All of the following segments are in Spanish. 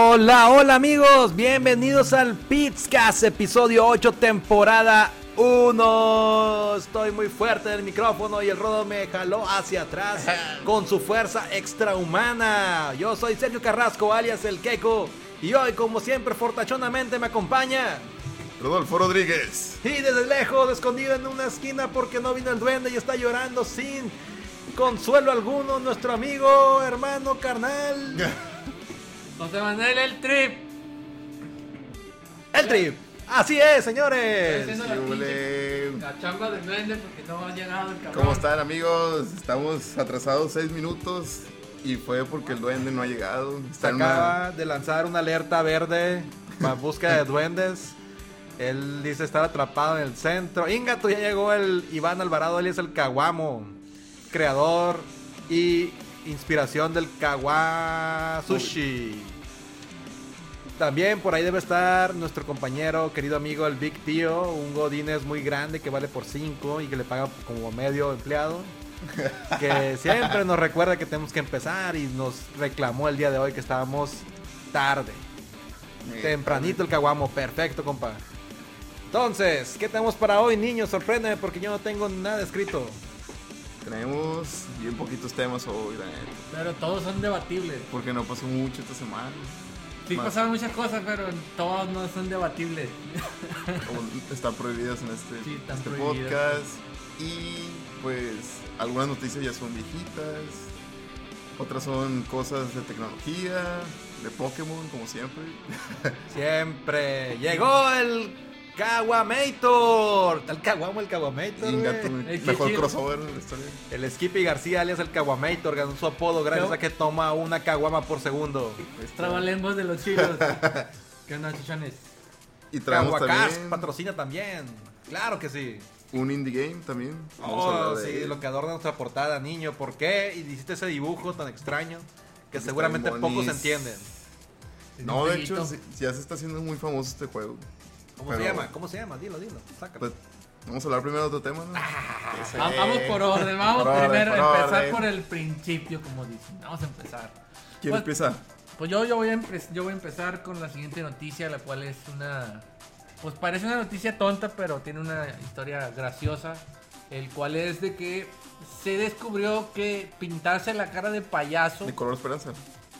Hola, hola amigos, bienvenidos al Pitscast, episodio 8, temporada 1. Estoy muy fuerte en el micrófono y el Rodo me jaló hacia atrás con su fuerza extrahumana. Yo soy Sergio Carrasco, alias El Keiko, y hoy, como siempre, fortachonamente me acompaña Rodolfo Rodríguez. Y desde lejos, escondido en una esquina porque no vino el duende y está llorando sin consuelo alguno, nuestro amigo, hermano, carnal José Manuel El Trip. El Trip. Así es, señores. La chamba del duende porque no ha llegado el cabrón. ¿Cómo están, amigos? Estamos atrasados 6 minutos y fue porque el duende no ha llegado. Se acaba de lanzar una alerta verde para búsqueda de duendes. Él dice estar atrapado en el centro. Ingato, ya llegó el Iván Alvarado, él es el Caguamo, creador y inspiración del Kawa Sushi. También por ahí debe estar nuestro compañero, querido amigo, el Big Tío, un godínez muy grande que vale por 5 y que le paga como medio empleado, que siempre nos recuerda que tenemos que empezar y nos reclamó el día de hoy que estábamos tarde. Tempranito el Caguamo, perfecto, compa. Entonces, ¿qué tenemos para hoy, niños? Sorpréndeme porque yo no tengo nada escrito. Tenemos bien poquitos temas hoy, la neta. Pero todos son debatibles. Porque no pasó mucho esta semana. Sí pasaron muchas cosas, pero todos no son debatibles. Están prohibidas en este podcast. Y pues algunas noticias ya son viejitas. Otras son cosas de tecnología, de Pokémon, como siempre. Siempre llegó el Caguamator. El Caguamo, el Caguamator. Mejor crossover de la historia. El Skippy García, alias el Caguamator, ganó su apodo gracias a que toma una caguama por segundo. Trabalenguas de los chilos. ¿Qué onda, chichones? Y traemos también patrocina también. Claro que sí. Un indie game también. Sí, lo que adorna nuestra portada, niño. ¿Por qué hiciste ese dibujo tan extraño? Que seguramente pocos entienden. No, de hecho, ya se está haciendo muy famoso este juego. ¿Cómo se llama? Dilo, sácalo. Pues, vamos a hablar primero de otro tema, ¿no? Vamos por orden, primero empezar por el principio, como dicen. Vamos a empezar. ¿Quién empieza? Pues yo voy a empezar con la siguiente noticia, la cual es una... Pues parece una noticia tonta, pero tiene una historia graciosa. El cual es de que se descubrió que pintarse la cara de payaso... De color esperanza.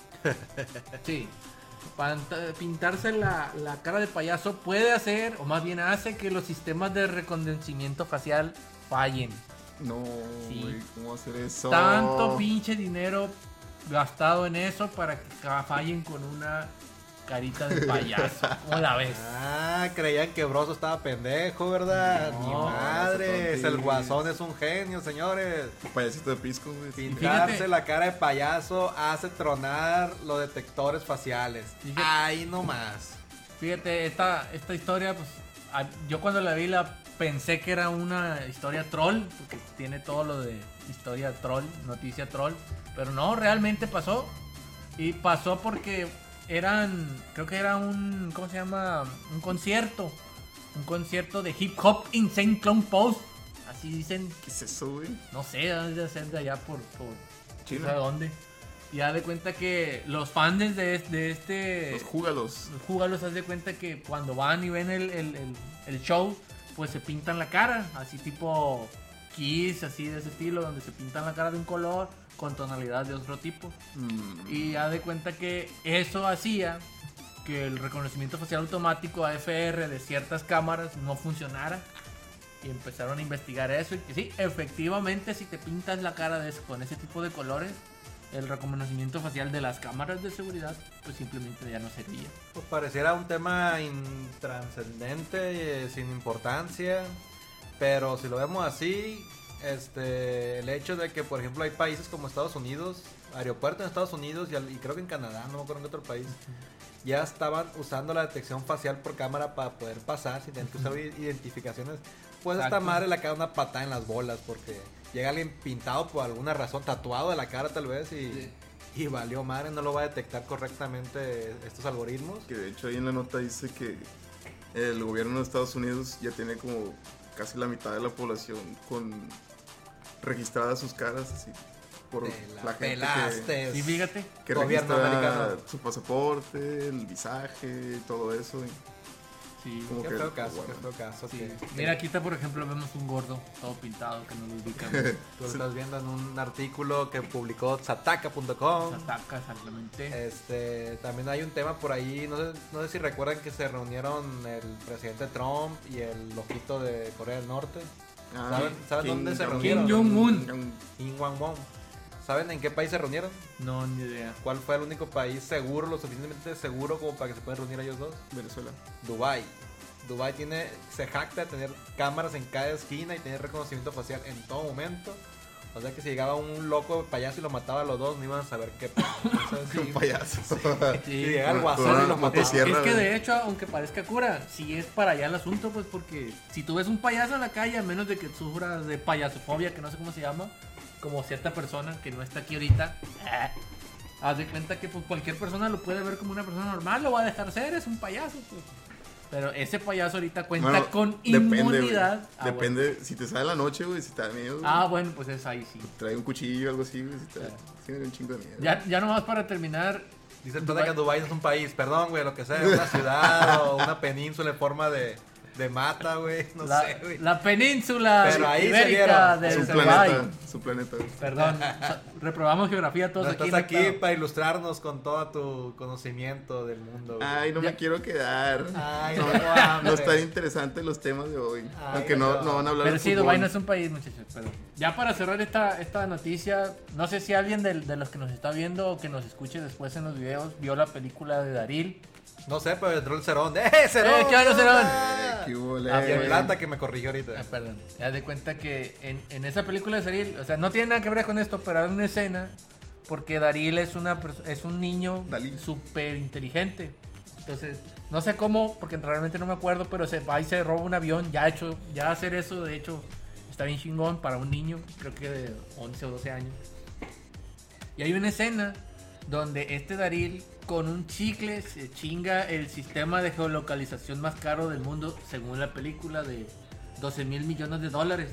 Sí. Pintarse la cara de payaso puede hacer, o más bien hace, que los sistemas de reconocimiento facial fallen. No, sí. Wey, ¿cómo hacer eso? Tanto pinche dinero gastado en eso para que fallen con una carita de payaso. ¿Cómo la ves? Creían que Broso estaba pendejo, ¿verdad? No, Ni madres, el Guasón es un genio, señores. Un payasito de pisco, güey. Pintarse la cara de payaso hace tronar los detectores faciales. Ahí nomás. Fíjate, esta historia, pues, yo cuando la vi pensé que era una historia troll, porque tiene todo lo de historia troll, noticia troll, pero no, realmente pasó. Y pasó porque creo que era ¿cómo se llama? Un concierto de hip hop Insane Clown Post, así dicen. ¿Qué es eso, güey? No sé, debe ser de allá por China. No sé dónde. Y haz de cuenta que los fans de este... Los júgalos. Haz de cuenta que cuando van y ven el show, pues se pintan la cara, así tipo Kiss, así de ese estilo, donde se pintan la cara de un color con tonalidad de otro tipo. Y haz de cuenta que eso hacía que el reconocimiento facial automático AFR de ciertas cámaras no funcionara. Y empezaron a investigar eso. Y que sí, efectivamente, si te pintas la cara con ese tipo de colores, el reconocimiento facial de las cámaras de seguridad pues simplemente ya no servía. Pues pareciera un tema intranscendente, sin importancia, pero si lo vemos así, el hecho de que, por ejemplo, hay países como Estados Unidos, aeropuertos en Estados Unidos y creo que en Canadá, no me acuerdo en qué otro país, ya estaban usando la detección facial por cámara para poder pasar sin tener que usar identificaciones. Pues esta madre le cae una patada en las bolas porque llega alguien pintado por alguna razón, tatuado de la cara tal vez, y valió madre, no lo va a detectar correctamente estos algoritmos. Que de hecho ahí en la nota dice que el gobierno de Estados Unidos ya tiene como casi la mitad de la población con registradas sus caras así por la gente pelaste. Sí, fíjate. que Gobierno registra americano. su pasaporte, el visaje, todo eso. Sí. Como Qué que, feo caso, bueno. qué feo caso. Sí. que- Mira, aquí está, por ejemplo, vemos un gordo todo pintado que no lo ubican. Tú lo estás viendo en un artículo que publicó Sataka.com. Ataca, exactamente. También hay un tema por ahí, no sé si recuerdan que se reunieron el presidente Trump y el loquito de Corea del Norte. ¿Saben Kim dónde se Jong- reunieron? Kim Jong-un. Kim Jong-un. ¿Saben en qué país se reunieron? No, ni idea. ¿Cuál fue el único país seguro, lo suficientemente seguro como para que se puedan reunir ellos dos? Venezuela. Dubái. Dubái se jacta de tener cámaras en cada esquina y tener reconocimiento facial en todo momento. O sea que si llegaba un loco payaso y lo mataba a los dos, no iban a saber qué pasó. O sea, Un payaso. si llegaba el Con guasón una y los mataba. motosierra. Es que güey. de hecho, aunque parezca cura, sí es para allá el asunto, pues porque si tú ves un payaso en la calle, a menos de que sufras de payasofobia, que no sé cómo se llama, como cierta persona que no está aquí ahorita, haz de cuenta que pues, cualquier persona lo puede ver como una persona normal, lo va a dejar ser, es un payaso. Pues. Pero ese payaso ahorita cuenta Bueno, con depende, güey. inmunidad. Depende, si te sale en la noche, güey, si te da miedo. Ah, bueno, pues es ahí sí. Trae un cuchillo o algo así, güey, si te da sí me da un chingo de miedo. Ya nomás para terminar, Dice el Tata que Dubái no es un país, perdón, güey, lo que sea, una ciudad o una península en forma de mata, güey, no sé, güey. la península Pero ahí se ibérica vieron. de Su Dubái. planeta, su planeta. güey. Perdón, reprobamos geografía todos No aquí. estás no hay aquí pedo. para ilustrarnos con todo tu conocimiento del mundo, güey. Ay, no Ya- me quiero quedar. Ay, no, tengo hambre. no están interesantes los temas de hoy. Ay, Aunque no van a hablar Pero de sí, fútbol. Dubái no es un país, muchachos. Pero ya para cerrar esta noticia, no sé si alguien de los que nos está viendo o que nos escuche después en los videos vio la película de Daril. No sé, pero entró el Cerón. ¡Cerón! ¿Qué onda, Cerón? ¿Qué hubo, Y el güey? plata que me corrigió ahorita. Perdón. Ya de cuenta que en esa película de Daril, o sea, no tiene nada que ver con esto, pero hay una escena porque Daril es un niño Dalí. súper inteligente. Entonces, no sé cómo, porque realmente no me acuerdo, pero se va y se roba un avión. Ya hacer eso, de hecho, está bien chingón para un niño, creo que de 11 o 12 años. Y hay una escena donde este Daril con un chicle se chinga el sistema de geolocalización más caro del mundo, según la película, de 12 mil millones de dólares.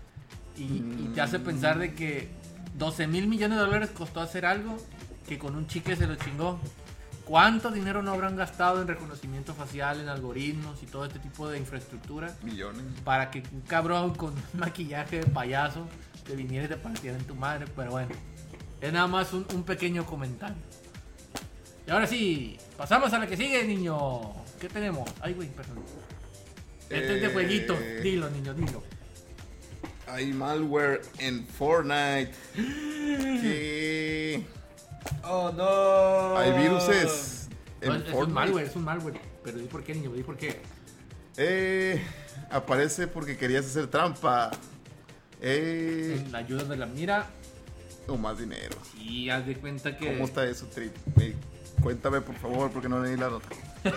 Y te hace pensar de que 12 mil millones de dólares costó hacer algo que con un chicle se lo chingó. ¿Cuánto dinero no habrán gastado en reconocimiento facial, en algoritmos y todo este tipo de infraestructura Millones. para que un cabrón con un maquillaje de payaso te viniera y te partiera en tu madre? Pero bueno, es nada más un pequeño comentario. Y ahora sí, pasamos a la que sigue, niño. ¿Qué tenemos? Ay, güey, perdón. Este es de jueguito. Dilo, niño, dilo. Hay malware en Fortnite. ¿Qué? ¡Oh, no! Hay viruses en No, es un Fortnite. malware. Pero di por qué, niño, di por qué. Aparece porque querías hacer trampa. En la ayuda de la mira. O más dinero. Y haz de cuenta que... ¿Cómo está eso, Trip? Cuéntame, por favor, porque no leí la nota. Pero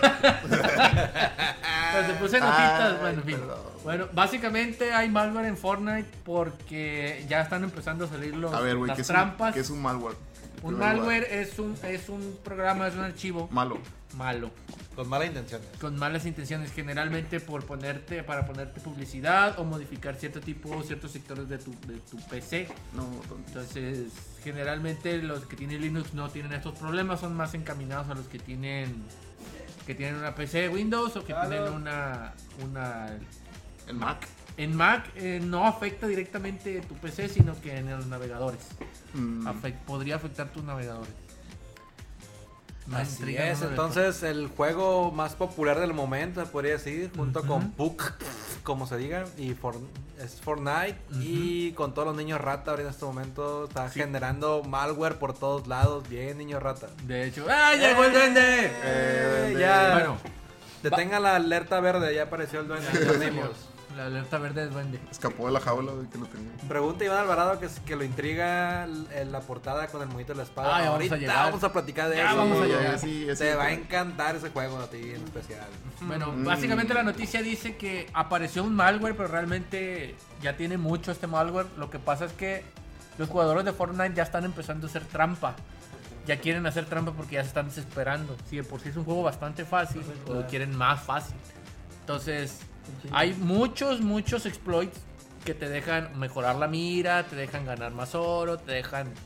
te puse notitas, Ay, bueno, en fin. perdón. Bueno, básicamente hay malware en Fortnite porque ya están empezando a salir A ver, güey, las ¿qué trampas. ¿qué es un malware? Un En primer malware lugar. es un programa, es un archivo Malo. malo, Con malas intenciones. con malas intenciones, generalmente para ponerte publicidad o modificar ciertos sectores de tu PC. No, tonto. Entonces, generalmente los que tienen Linux no tienen estos problemas, son más encaminados a los que tienen una PC de Windows o que Claro. tienen una El Mac. en Mac. No afecta directamente tu PC, sino que en los navegadores. Podría afectar tus navegadores. Me Así intriga, es, no me entonces el juego más popular del momento, se podría decir, junto con PUC, como se diga, y es Fortnite, y con todos los niños rata ahorita en este momento está generando malware por todos lados. Bien, niño rata. De hecho, ¡ah, llegó el duende! Duende. Ya, Bueno, detenga la alerta verde, ya apareció el duende. ya venimos. la alerta verde es duende. Escapó de la jaula, güey, que lo tenía. Pregunta Iván Alvarado que lo intriga la portada con el monito de la espada. Ah, ya vamos ahorita a llegar. vamos a platicar de Ya eso. vamos a Sí, llegar. Sí, Te va a encantar ese juego a ti en especial. Bueno, básicamente la noticia dice que apareció un malware, pero realmente ya tiene mucho este malware. Lo que pasa es que los jugadores de Fortnite ya están empezando a hacer trampa. Ya quieren hacer trampa porque ya se están desesperando. Si de por sí es un juego bastante fácil, lo quieren más fácil. Entonces, hay muchos exploits que te dejan mejorar la mira, te dejan ganar más oro, te dejan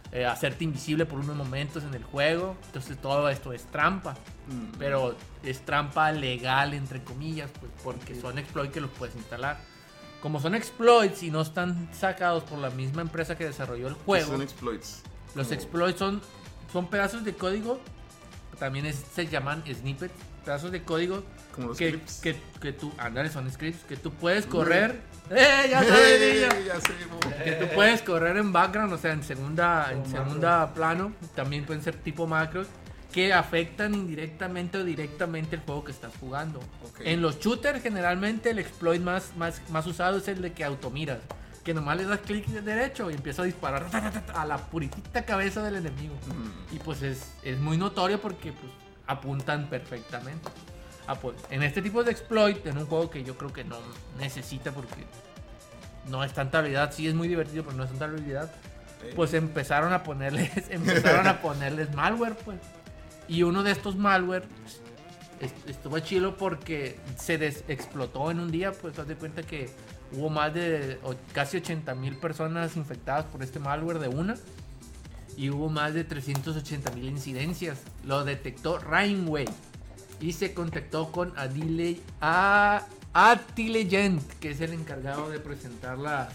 hacerte invisible por unos momentos en el juego. Entonces todo esto es trampa, pero es trampa legal entre comillas, pues, porque son exploits que los puedes instalar. Como son exploits y no están sacados por la misma empresa que desarrolló el juego. Son exploits. Los exploits son pedazos de código, también se llaman snippets, pedazos de código Como los que tú, ándale, son scripts que tú puedes correr. Ya sabes, niño. Ya sé, Que tú puedes correr en background, o sea, en segunda plano. También pueden ser tipo macros que afectan indirectamente o directamente el juego que estás jugando. Okay. En los shooters, generalmente el exploit más usado es el de que automiras. Que nomás le das clic derecho y empieza a disparar a la puritita cabeza del enemigo. Y pues es muy notorio porque pues, apuntan perfectamente. Pues, en este tipo de exploit, en un juego que yo creo que no necesita porque no es tanta habilidad, sí es muy divertido, pero no es tanta habilidad, pues empezaron a ponerles malware, pues. Y uno de estos malware estuvo chido porque se explotó en un día, pues haz de cuenta que hubo más de casi 80,000 personas infectadas por este malware de una. Y hubo más de 380,000 incidencias. Lo detectó Rainway. Y se contactó con Atilegent, que es el encargado de presentar las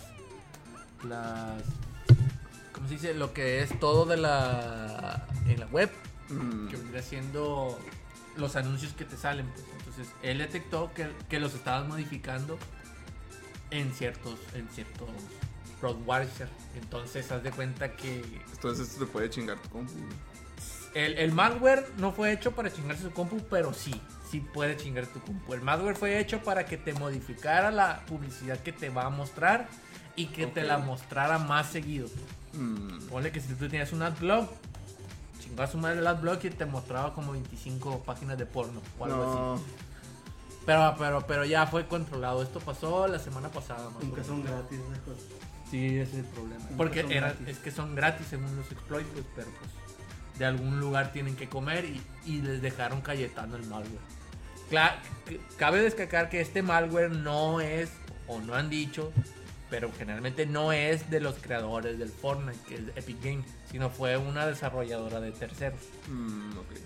¿cómo se dice? Lo que es todo en la web. Que vendría siendo los anuncios que te salen, pues. Entonces él detectó que los estabas modificando en ciertos browsers. Entonces haz de cuenta que entonces esto te puede chingar tu compu. el malware no fue hecho para chingarse su compu, pero sí puede chingar tu compu. El malware fue hecho para que te modificara la publicidad que te va a mostrar y que te la mostrara más seguido. Ponle que si tú tenías un adblock, chingaba su madre el adblock y te mostraba como 25 páginas de porno o algo así. Pero ya fue controlado. Esto pasó la semana pasada. Nunca son gratis esas cosas. Sí, ese es el problema. Porque es que son gratis según los exploits, pues, pero pues de algún lugar tienen que comer y les dejaron Cayetano el malware. Cabe destacar que este malware no es, o no han dicho, pero generalmente no es de los creadores del Fortnite, que es Epic Games, sino fue una desarrolladora de terceros. Ok.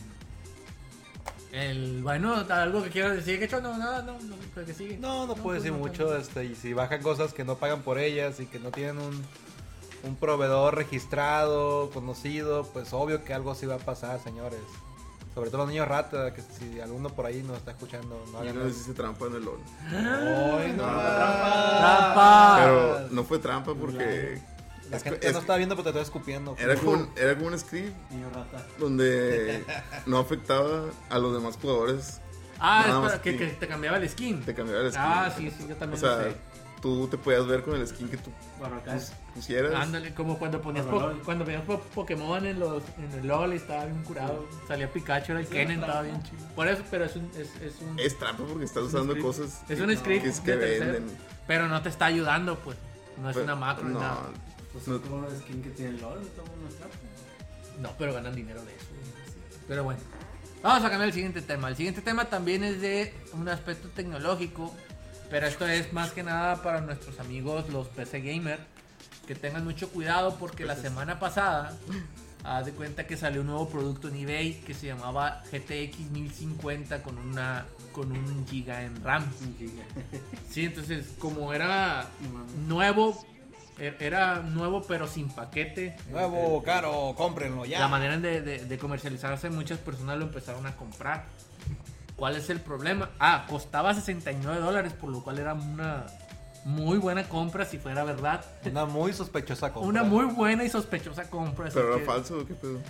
Bueno, algo que quieras decir, que hecho no, creo que sigue. No puedo decir mucho, y si bajan cosas que no pagan por ellas y que no tienen un proveedor registrado, conocido, pues obvio que algo sí va a pasar, señores. Sobre todo los niños rata, que si alguno por ahí nos está escuchando, no hagan no hiciste trampa en el LOL. ¡Ay, no! ¡Trampa! Pero no fue trampa porque La gente no estaba viendo, pero te estoy escupiendo. Era como un script donde no afectaba a los demás jugadores. Espera, que te cambiaba el skin. Te cambiaba el skin. Sí, yo también o sea, lo sé. Tú te podías ver con el skin que tú pusieras. Ándale, como cuando ponías Pokémon en el LOL y estaba bien curado. Salía Pikachu, era el Kennen, estaba bien chido. Por eso, pero es un... Es trampa porque estás usando cosas es un script que venden. Pero no te está ayudando, pues. No es una macro ni nada. Pues es como el skin que tiene el LOL, no es trampa. No, pero ganan dinero de eso. Pero bueno. Vamos a cambiar el siguiente tema. El siguiente tema también es de un aspecto tecnológico. Pero esto es más que nada para nuestros amigos, los PC Gamer. Que tengan mucho cuidado porque la semana pasada, haz de cuenta que salió un nuevo producto en eBay que se llamaba GTX 1050 con un giga en RAM. Sí, entonces como era nuevo pero sin paquete. Nuevo, caro, cómprenlo ya. La manera de comercializarse, muchas personas lo empezaron a comprar. ¿Cuál es el problema? Costaba $69, por lo cual era una muy buena compra si fuera verdad. Una muy sospechosa compra. Una muy buena y sospechosa compra. ¿Pero era falso o qué pedo?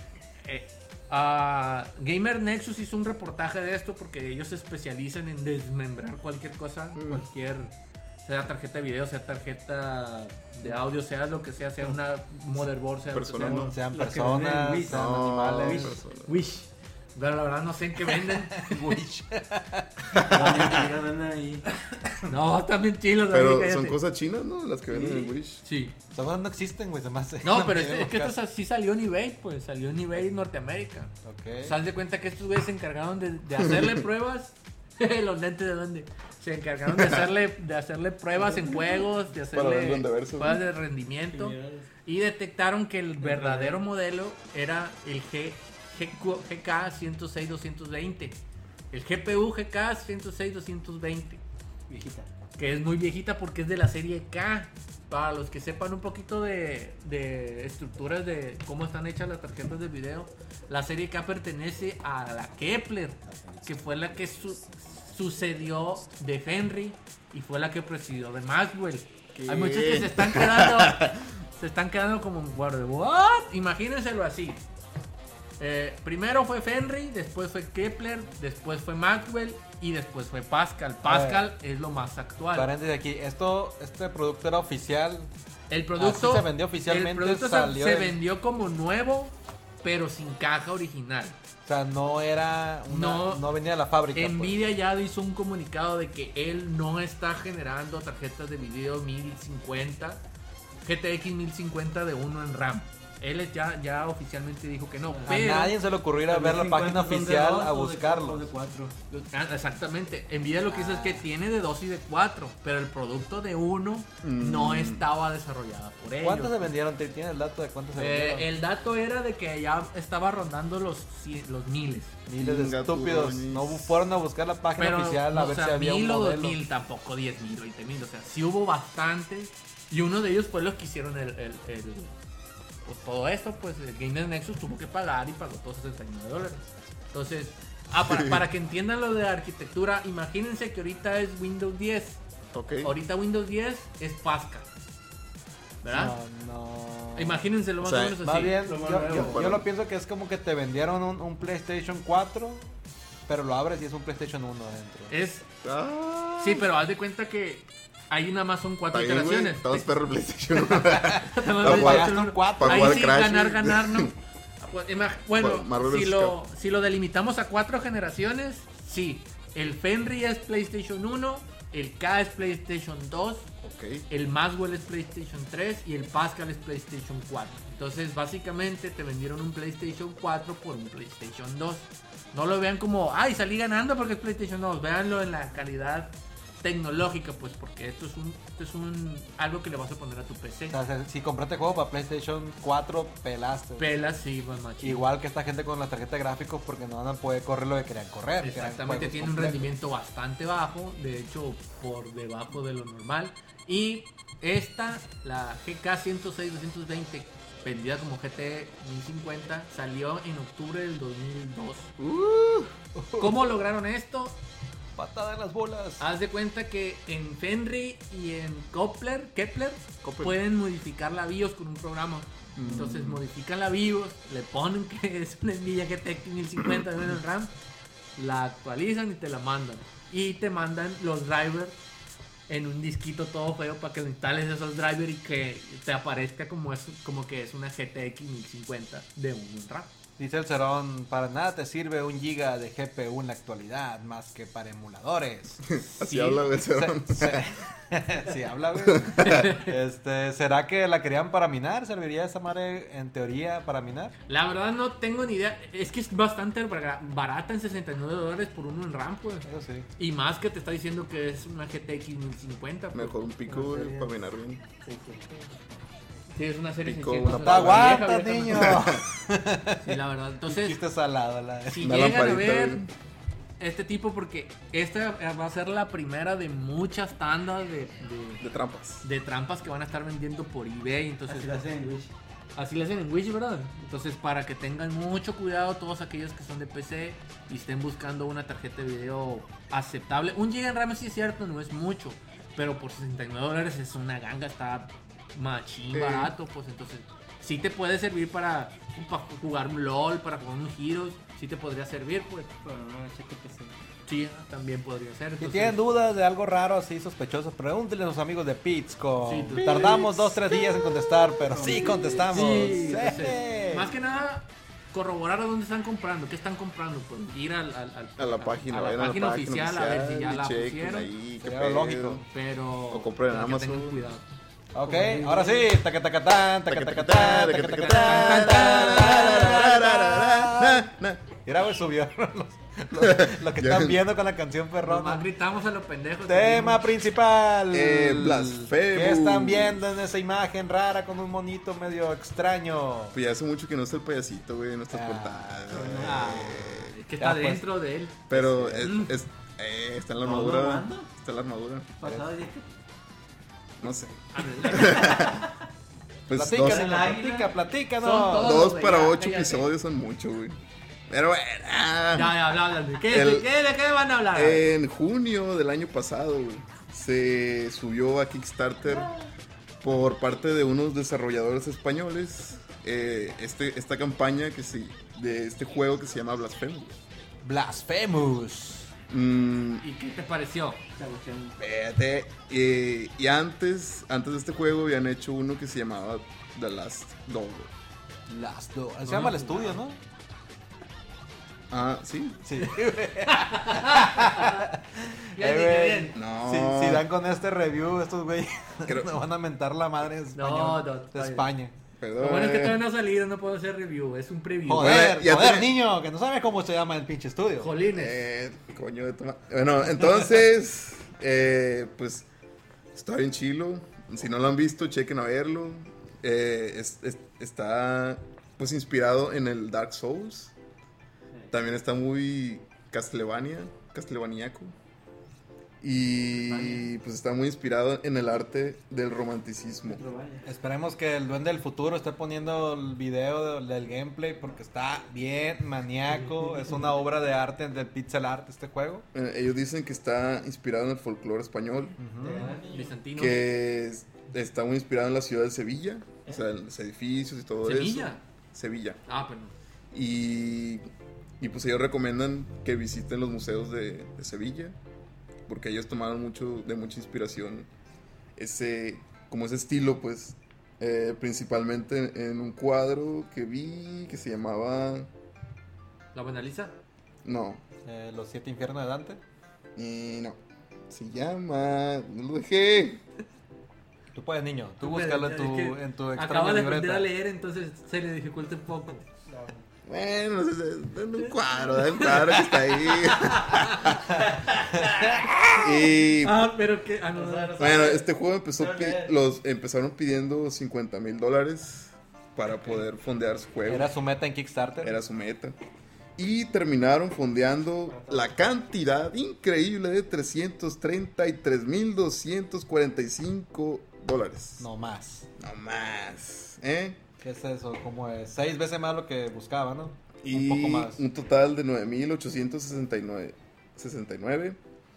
Gamer Nexus hizo un reportaje de esto porque ellos se especializan en desmembrar cualquier cosa, sea tarjeta de video, sea tarjeta de audio, sea lo que sea una motherboard, sea Persona, lo que sea. no. Sean personas, sean animales. Wish. Pero la verdad no sé en qué venden. Wish. No, están bien chilos. Pero cállate. son cosas chinas, ¿no? Las que venden en Wish. Sí. Esas cosas no existen, güey, se me hace. No, pero es que esto sí salió en eBay, pues. Salió en eBay en Norteamérica. Ok. O sea, haz de cuenta que estos güeyes se encargaron de hacerle pruebas Los lentes de duende. Se encargaron de hacerle pruebas en juegos, de hacerle pruebas de rendimiento. Y detectaron que el verdadero modelo era el GK106-220. El GPU GK106-220. Viejita. Que es muy viejita porque es de la serie K. Para los que sepan un poquito de estructuras de cómo están hechas las tarjetas de video, la serie K pertenece a la Kepler, que fue la que sucedió de Fenry y fue la que presidió de Maxwell. Hay muchos que se están quedando como un guardia. ¿What? Imagínenselo así. Primero fue Fenry, después fue Kepler, después fue Maxwell y después fue Pascal. Pascal es lo más actual. Paréntesis aquí, este producto era oficial. El producto así se vendió oficialmente. El producto salió se vendió como nuevo, pero sin caja original. O sea, no era no venía de la fábrica. Nvidia ya hizo un comunicado de que él no está generando tarjetas de video 1050, GTX 1050 de 1 en RAM. Él ya oficialmente dijo que no. Pero a nadie se le ocurrió ir a ver la página oficial a buscarlo. Exactamente. Nvidia lo que hizo es que tiene de 2 y de 4, pero el producto de 1 no estaba desarrollado por ellos. ¿Cuántos se vendieron? ¿Tienes el dato de cuántos se vendieron? El dato era de que ya estaba rondando los miles. Miles de estúpidos. No fueron a buscar la página oficial a ver si había un 1000 o modelo. 2000, tampoco 10,000, 20,000. O sea, sí hubo bastantes. Y uno de ellos fue los que hicieron pues todo esto, pues el Gamer Nexus tuvo que pagar y pagó todos $69. Entonces, para que entiendan lo de arquitectura, imagínense que ahorita es Windows 10. Okay. Ahorita Windows 10 es Pascal. ¿Verdad? No. Imagínense lo más o menos así. Más bien, yo lo pienso que es como que te vendieron un PlayStation 4, pero lo abres y es un PlayStation 1 adentro. Sí, pero haz de cuenta que ahí nada más son 4 iteraciones. Estamos perro PlayStation. Ahí sí, ganar, ¿no? Bueno, si lo delimitamos a 4 generaciones, sí. El Fenry es PlayStation 1, el K es PlayStation 2, el Maxwell es PlayStation 3 y el Pascal es PlayStation 4. Entonces, básicamente te vendieron un PlayStation 4 por un PlayStation 2. No lo vean como, ay, salí ganando porque es PlayStation 2. Véanlo en la calidad tecnológica, pues, porque esto es algo que le vas a poner a tu PC. O sea, si compraste juego para PlayStation 4, pelaste. Pelas, sí, pues machín. Igual que esta gente con la tarjeta de gráficos, porque no van a poder correr lo que querían correr. Exactamente, tiene un rendimiento bastante bajo, de hecho, por debajo de lo normal. Y esta, la GK106-220, vendida como GT 1050, salió en octubre del 2002. ¿Cómo lograron esto? Patada en las bolas. Haz de cuenta que en Fenry y en Kepler pueden modificar la BIOS con un programa. Entonces modifican la BIOS, le ponen que es una Nvidia GTX 1050 de RAM, la actualizan y te la mandan. Y te mandan los drivers en un disquito todo feo para que instales esos drivers y que te aparezca como que es una GTX 1050 de un RAM. Dice el Cerón, para nada te sirve 1 GB de GPU en la actualidad, más que para emuladores. Así habla el Cerón. Sí, habla, güey. ¿Será que la querían para minar? ¿Serviría esa madre en teoría para minar? La verdad no tengo ni idea. Es que es bastante barata en $69 por uno en RAM, pues. Eso sí. Y más que te está diciendo que es una GTX 1050. Pues. Mejor un pico para minar bien. Sí, es una serie Pico, 600. una ¡Te aguantas, niño! Sí, la verdad. Entonces, chiste salado, si una llegan a lamparita, ver güey. este tipo, porque esta va a ser la primera de muchas tandas De trampas. de trampas que van a estar vendiendo por eBay. Entonces, Así lo hacen en Wish. así lo hacen en Wish, ¿verdad? Entonces, para que tengan mucho cuidado todos aquellos que son de PC y estén buscando una tarjeta de video aceptable. 1 GB en RAM sí es cierto, no es mucho, pero por $69 es una ganga, está machín barato, pues entonces sí te puede servir para jugar un LOL, para jugar un Heroes, sí te podría servir, pues. Pero no, cheque PC. Sí, también podría ser. Si Entonces, tienen dudas de algo raro así sospechoso, pregúntenle a los amigos de Pizco. Sí, Tardamos 2-3 días en contestar, pero sí contestamos. sí, Sí. entonces, más que nada corroborar a dónde están comprando, qué están comprando, pues ir a la página, a la página oficial a ver si ya la chequen pusieron. ahí, qué Sería pedo. lógico. Pero O compren en pero que Amazon. tengan cuidado. Ok, ahora sí. Tacatacatán, Mira, güey, subió Lo que están viendo con la canción perrona. Nomás gritamos a los pendejos. Tema principal. Blasphemous. ¿Qué están viendo en esa imagen rara con un monito medio extraño? Pues ya hace mucho que no está el payasito, güey, en estas portadas. Que está Ya, pues. dentro de él. Pero está en la armadura. ¿Robando? Está en la armadura. Pasado dije. No sé. Ah, Pues Platícanos. Son todos. dos güey, para ya, 8 cállate. episodios son mucho, güey. Pero bueno. Ya, habla. ¿De qué van a hablar? En junio del año pasado, güey, se subió a Kickstarter por parte de unos desarrolladores españoles esta campaña de este juego que se llama Blasphemous. Blasphemous. ¿Y qué te pareció? Espérate. Y antes de este juego habían hecho uno que se llamaba The Last Door. Se llama el estudio, ¿no? Ah, ¿sí? Sí. Bien. No. Si dan con este review, estos güey Creo- nos van a mentar la madre en español. No, de está bien. España. Perdón. Lo bueno es que todavía no ha salido, no puedo hacer review, es un preview. Joder, Ya joder, tiene- niño, que no sabes cómo se llama el pinche estudio. Jolines. Coño de toma. Bueno, entonces, pues, está bien chilo. Si no lo han visto, chequen a verlo. Está, pues, inspirado en el Dark Souls. También está muy castlevaniaco. Y, pues, está muy inspirado en el arte del romanticismo. Esperemos que el duende del futuro esté poniendo el video del gameplay porque está bien maníaco. Es una obra de arte del pixel art este juego. Ellos dicen que está inspirado en el folclore español. Bizantino. Que está muy inspirado en la ciudad de Sevilla, o sea, en los edificios y todo ¿Sevilla? eso. Sevilla. Ah, pues no. Y pues ellos recomiendan que visiten los museos de Sevilla, porque ellos tomaron mucha inspiración como ese estilo, pues, principalmente en un cuadro que vi que se llamaba, ¿La Mona Lisa? no, Los 7 infiernos de Dante. no, se llama, no lo dejé. Tú puedes, niño. Tú Tú búscalo puedes, en tu Acaba extraña de aprender libreta. a leer, entonces se le dificulta un poco. Bueno, es un cuadro que está ahí. Y Pero que... no. bueno, este juego empezaron pidiendo $50,000 para poder fondear su juego. Era su meta en Kickstarter. Era su meta. Y terminaron fondeando la cantidad increíble de $333,245. No más. No más. ¿Eh? ¿Qué es eso? Como 6 veces más lo que buscaba, ¿no? Y un poco más. un total de 9,869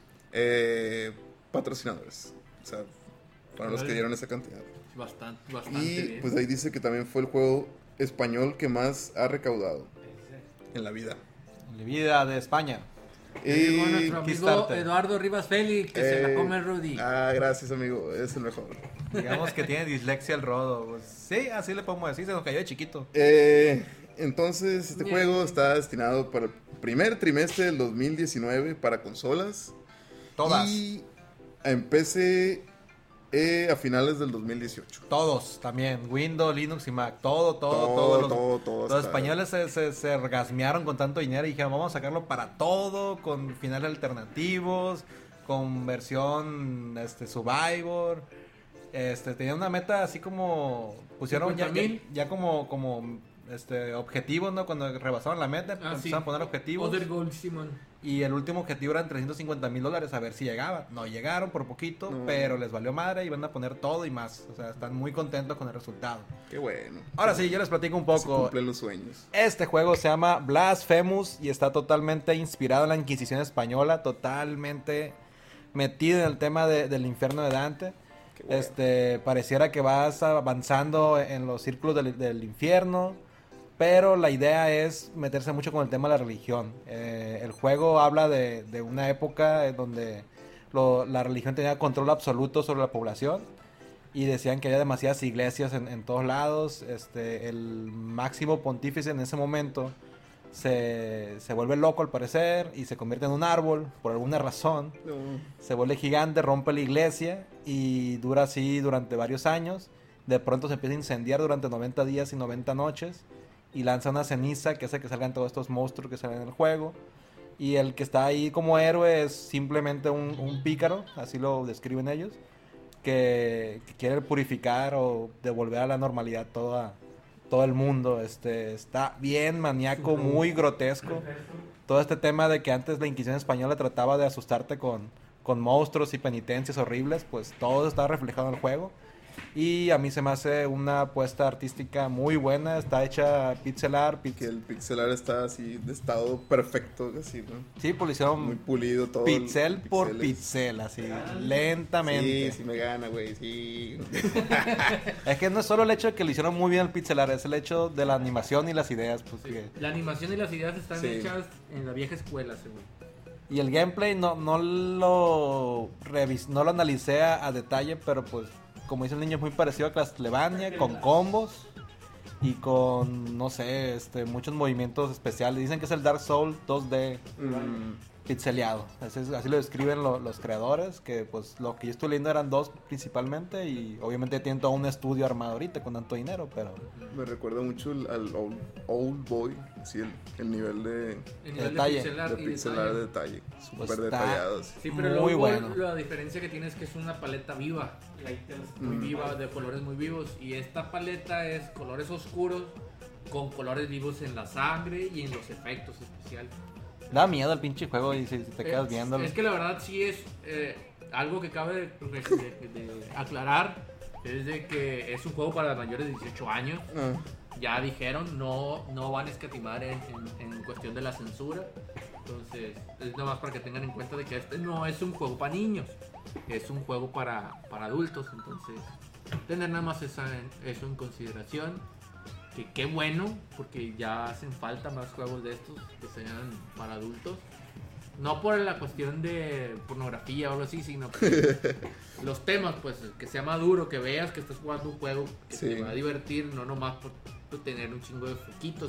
patrocinadores. O sea, para los que dieron esa cantidad. Bastante Y bien. pues ahí dice que también fue el juego español que más ha recaudado en la vida. La vida de España. Y nuestro amigo Kickstarter. Eduardo Rivas Félix, que se la come Rudy. Gracias, amigo. Es el mejor. Digamos que tiene dislexia el rodo. Pues, sí, así le podemos decir. Se nos cayó de chiquito. Entonces, este juego está destinado para el primer trimestre del 2019 para consolas. Todas. Y en PC a finales del 2018. Todos también. Windows, Linux y Mac. Todo. Todo Los está- españoles se orgasmearon con tanto dinero y dijeron, vamos a sacarlo para todo, con finales alternativos, con versión Survivor. Tenía una meta así como pusieron ya 50,000. como objetivos, ¿no? Cuando rebasaron la meta, empezaron a poner objetivos. Other Gold, Simon. Y el último objetivo eran $350,000 a ver si llegaban. No llegaron por poquito, No. pero les valió madre y van a poner todo y más. O sea, están muy contentos con el resultado. Qué bueno. Ahora sí, yo les platico un Se poco. cumplen los sueños. Este juego se llama Blasphemous y está totalmente inspirado en la Inquisición española, totalmente metido en el tema del infierno de Dante. Qué bueno. Pareciera que vas avanzando en los círculos del infierno, pero la idea es meterse mucho con el tema de la religión. El juego habla de una época en donde la religión tenía control absoluto sobre la población y decían que había demasiadas iglesias en todos lados. El máximo pontífice en ese momento se vuelve loco al parecer y se convierte en un árbol por alguna razón. No. Se vuelve gigante, rompe la iglesia y dura así durante varios años. De pronto se empieza a incendiar durante 90 días y 90 noches y lanza una ceniza que hace que salgan todos estos monstruos que salen en el juego. Y el que está ahí como héroe es simplemente un pícaro, así lo describen ellos, que quiere purificar o devolver a la normalidad todo el mundo. Está bien maníaco, muy grotesco. Todo este tema de que antes la Inquisición española trataba de asustarte con monstruos y penitencias horribles, pues todo está reflejado en el juego. Y a mí se me hace una apuesta artística muy buena. Está hecha pixel art. Que el pixel art está así de estado perfecto, así, ¿no? Sí, pues lo hicieron muy pulido todo. Pixel por pixel, así, lentamente. Sí, me gana, güey, sí. Es que no es solo el hecho de que lo hicieron muy bien el pixel art, es el hecho de la animación y las ideas. Pues, Sí. La animación y las ideas están hechas en la vieja escuela, según. Y el gameplay no lo analicé a detalle, pero pues como dice el niño, es muy parecido a Castlevania, con combos y con, no sé, muchos movimientos especiales. Dicen que es el Dark Souls 2D pixeleado. Así lo describen los creadores, que pues lo que yo estoy leyendo eran 2 principalmente, y obviamente tienen todo un estudio armado ahorita con tanto dinero, pero... Me recuerda mucho al Old Boy, así el nivel de detalle. De pixel art de detalle, súper detallados. Sí, pero muy bueno. La diferencia que tiene es que es una paleta viva, muy viva, de colores muy vivos, y esta paleta es colores oscuros con colores vivos en la sangre y en los efectos especiales. Da miedo el pinche juego y si te quedas viéndolo. Es que la verdad sí es algo que cabe de aclarar, es de que es un juego para mayores de 18 años. Ya dijeron, no van a escatimar en cuestión de la censura. Entonces, es nada más para que tengan en cuenta de que este no es un juego para niños, es un juego para adultos. Entonces, tener nada más eso en consideración. Que qué bueno, porque ya hacen falta más juegos de estos que sean para adultos. No por la cuestión de pornografía o algo así, sino que los temas, pues, que sea maduro, que veas que estás jugando un juego que te va a divertir, no nomás por tener un chingo de foquitos,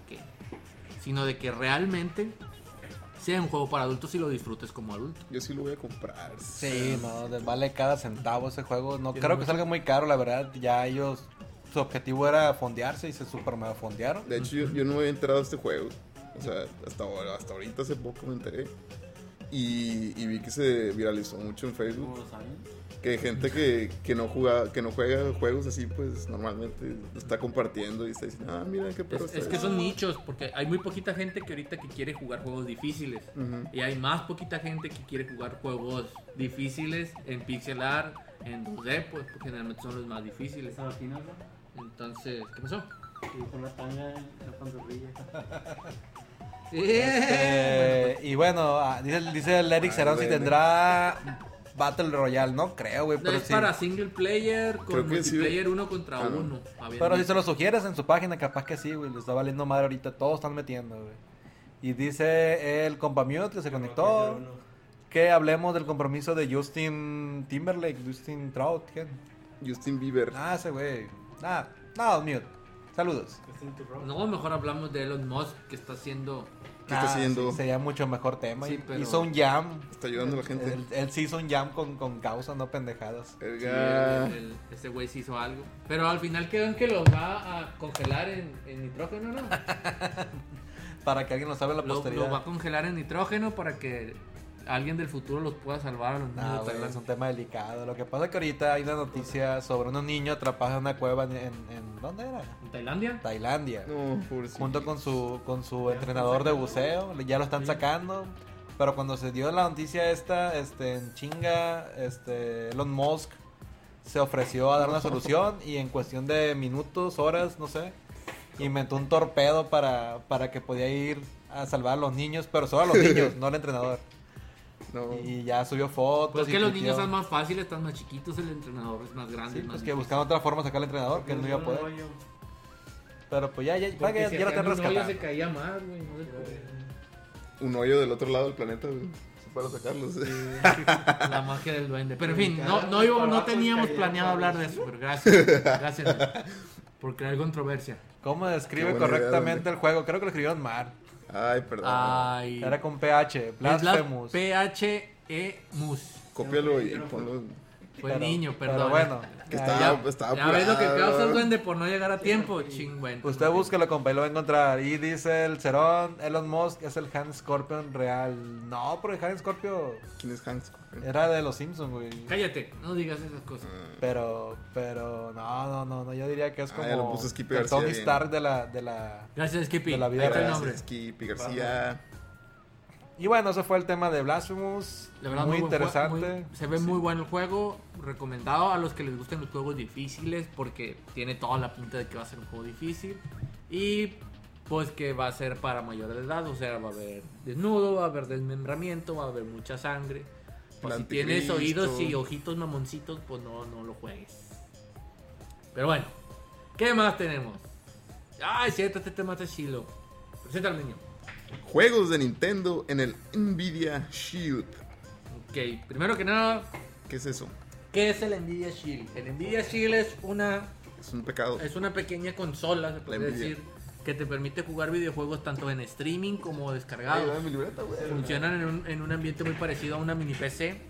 sino de que realmente sea un juego para adultos y lo disfrutes como adulto. Yo sí lo voy a comprar. Sí, no, les vale cada centavo ese juego. No creo que salga muy caro, la verdad. Ya ellos... Su objetivo era fondearse y se super mega fondearon. De hecho, yo no me había enterado de este juego. O sea, hasta ahorita, hace poco me enteré. Y vi que se viralizó mucho en Facebook. ¿Cómo lo saben? Que hay gente que no juega juegos así, pues normalmente lo está compartiendo y está diciendo, mira qué perro está. Es que son nichos, porque hay muy poquita gente que ahorita que quiere jugar juegos difíciles. Y hay más poquita gente que quiere jugar juegos difíciles en pixel art, en 2D, pues porque generalmente son los más difíciles. ¿Esa vagina, no? Entonces, ¿qué pasó? Sí, con la tanga en la pantorrilla. Y bueno, dice el Eric Cerón si tendrá Battle Royale. No creo, güey. Es para single player con multiplayer 1 contra 1. Pero si se lo sugieres en su página, capaz que sí, güey. Le está valiendo madre ahorita. Todos están metiendo, güey. Y dice el Compamute que se conectó que hablemos del compromiso de Justin Timberlake, Justin Trout, ¿quién? Justin Bieber. Ese güey. No, mute. Saludos. No, mejor hablamos de Elon Musk, que está haciendo... ¿Qué está haciendo? Sí, sería mucho mejor tema. Sí, pero... Hizo un jam. Está ayudando a la gente. Él sí hizo un jam con causa, no pendejadas. Sí, ese güey sí hizo algo. Pero al final quedó en que los va a congelar en nitrógeno, ¿no? Para que alguien lo sabe en la posteridad. Lo va a congelar en nitrógeno para que alguien del futuro los pueda salvar a los niños. No, güey, es un tema delicado. Lo que pasa es que ahorita hay una noticia sobre unos niños atrapados en una cueva en ¿dónde era? ¿En Tailandia? Tailandia. No, pobrecito. Junto con su entrenador de buceo. Ya lo están sacando. Pero cuando se dio la noticia en chinga, Elon Musk se ofreció a dar una solución y en cuestión de minutos, horas, no sé, inventó un torpedo para que podía ir a salvar a los niños, pero solo a los niños, no al entrenador. No. Y ya subió fotos. Pues que los niños son más fáciles, están más chiquitos, el entrenador es más grande. Sí, más pues que buscaban otra forma de sacar al entrenador, que él no iba a poder. Pero pues ya lo están rescatando. Se caía más, güey. Un hoyo del otro lado del planeta, güey, para sacarlos. La magia del duende. Pero en fin, no teníamos planeado hablar de eso, pero gracias por crear controversia. ¿Cómo describe correctamente el juego? Creo que lo escribieron mal. Ay, perdón. Era con PH, Blasphemous. PHE Mus. Cópialo y ponlo. Fue el niño, perdón. Pero bueno. Que ya estaba Ya ves lo que apurado. causa el duende por no llegar a tiempo, chingüen. usted búsquelo, compa, y lo va a encontrar. Y dice el Cerón, Elon Musk es el Han Scorpion real. No, pero el Han Scorpio ¿Quién es Hank Scorpion? era de los Simpsons, güey. Cállate, no digas esas cosas. Pero, no, yo diría que es como ya lo puso Skippy el García Tony bien. Stark de la... Gracias, Skippy. De la vida Ahí está el real, nombre. Skippy García. Y bueno, ese fue el tema de Blasphemous. La verdad, muy buen interesante. se ve muy bueno el juego. Recomendado a los que les gusten los juegos difíciles. Porque tiene toda la pinta de que va a ser un juego difícil. Y pues que va a ser para mayores de edad. O sea, va a haber desnudo, va a haber desmembramiento, va a haber mucha sangre. Pues si tienes oídos y ojitos mamoncitos, pues no lo juegues. Pero bueno, ¿qué más tenemos? Ay, cierto, este tema está chilo. Presenta al niño. Juegos de Nintendo en el Nvidia Shield. Ok, primero que nada, ¿Qué es eso? ¿qué es el Nvidia Shield? El Nvidia Shield es Es un pecado. una pequeña consola, se podría Nvidia. decir, que te permite jugar videojuegos tanto en streaming como Ay, descargados. dame mi libreta, güey. Funcionan en un ambiente muy parecido a una mini PC.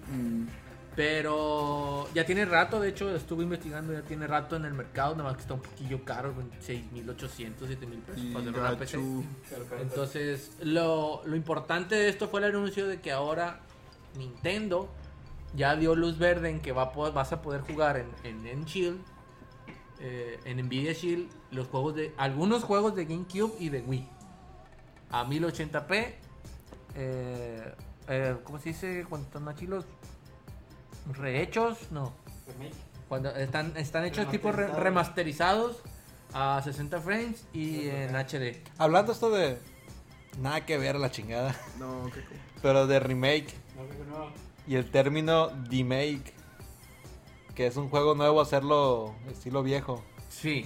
Pero ya tiene rato, de hecho estuve investigando, ya tiene rato en el mercado, nada más que está un poquillo caro, con 6,800, 7,000 pesos para hacer una PC. Pikachu. Entonces, lo importante de esto fue el anuncio de que ahora Nintendo ya dio luz verde en que vas a poder jugar en Shield, en Nvidia Shield, algunos juegos de GameCube y de Wii a 1080p. ¿Cómo se dice? Cuando están aquí los rehechos, no. Cuando están hechos tipo remasterizados a 60 frames y en HD. Hablando esto de... Nada que ver la chingada. No, qué Pero de remake. No. Y el término demake. Que es un juego nuevo hacerlo estilo viejo. Sí.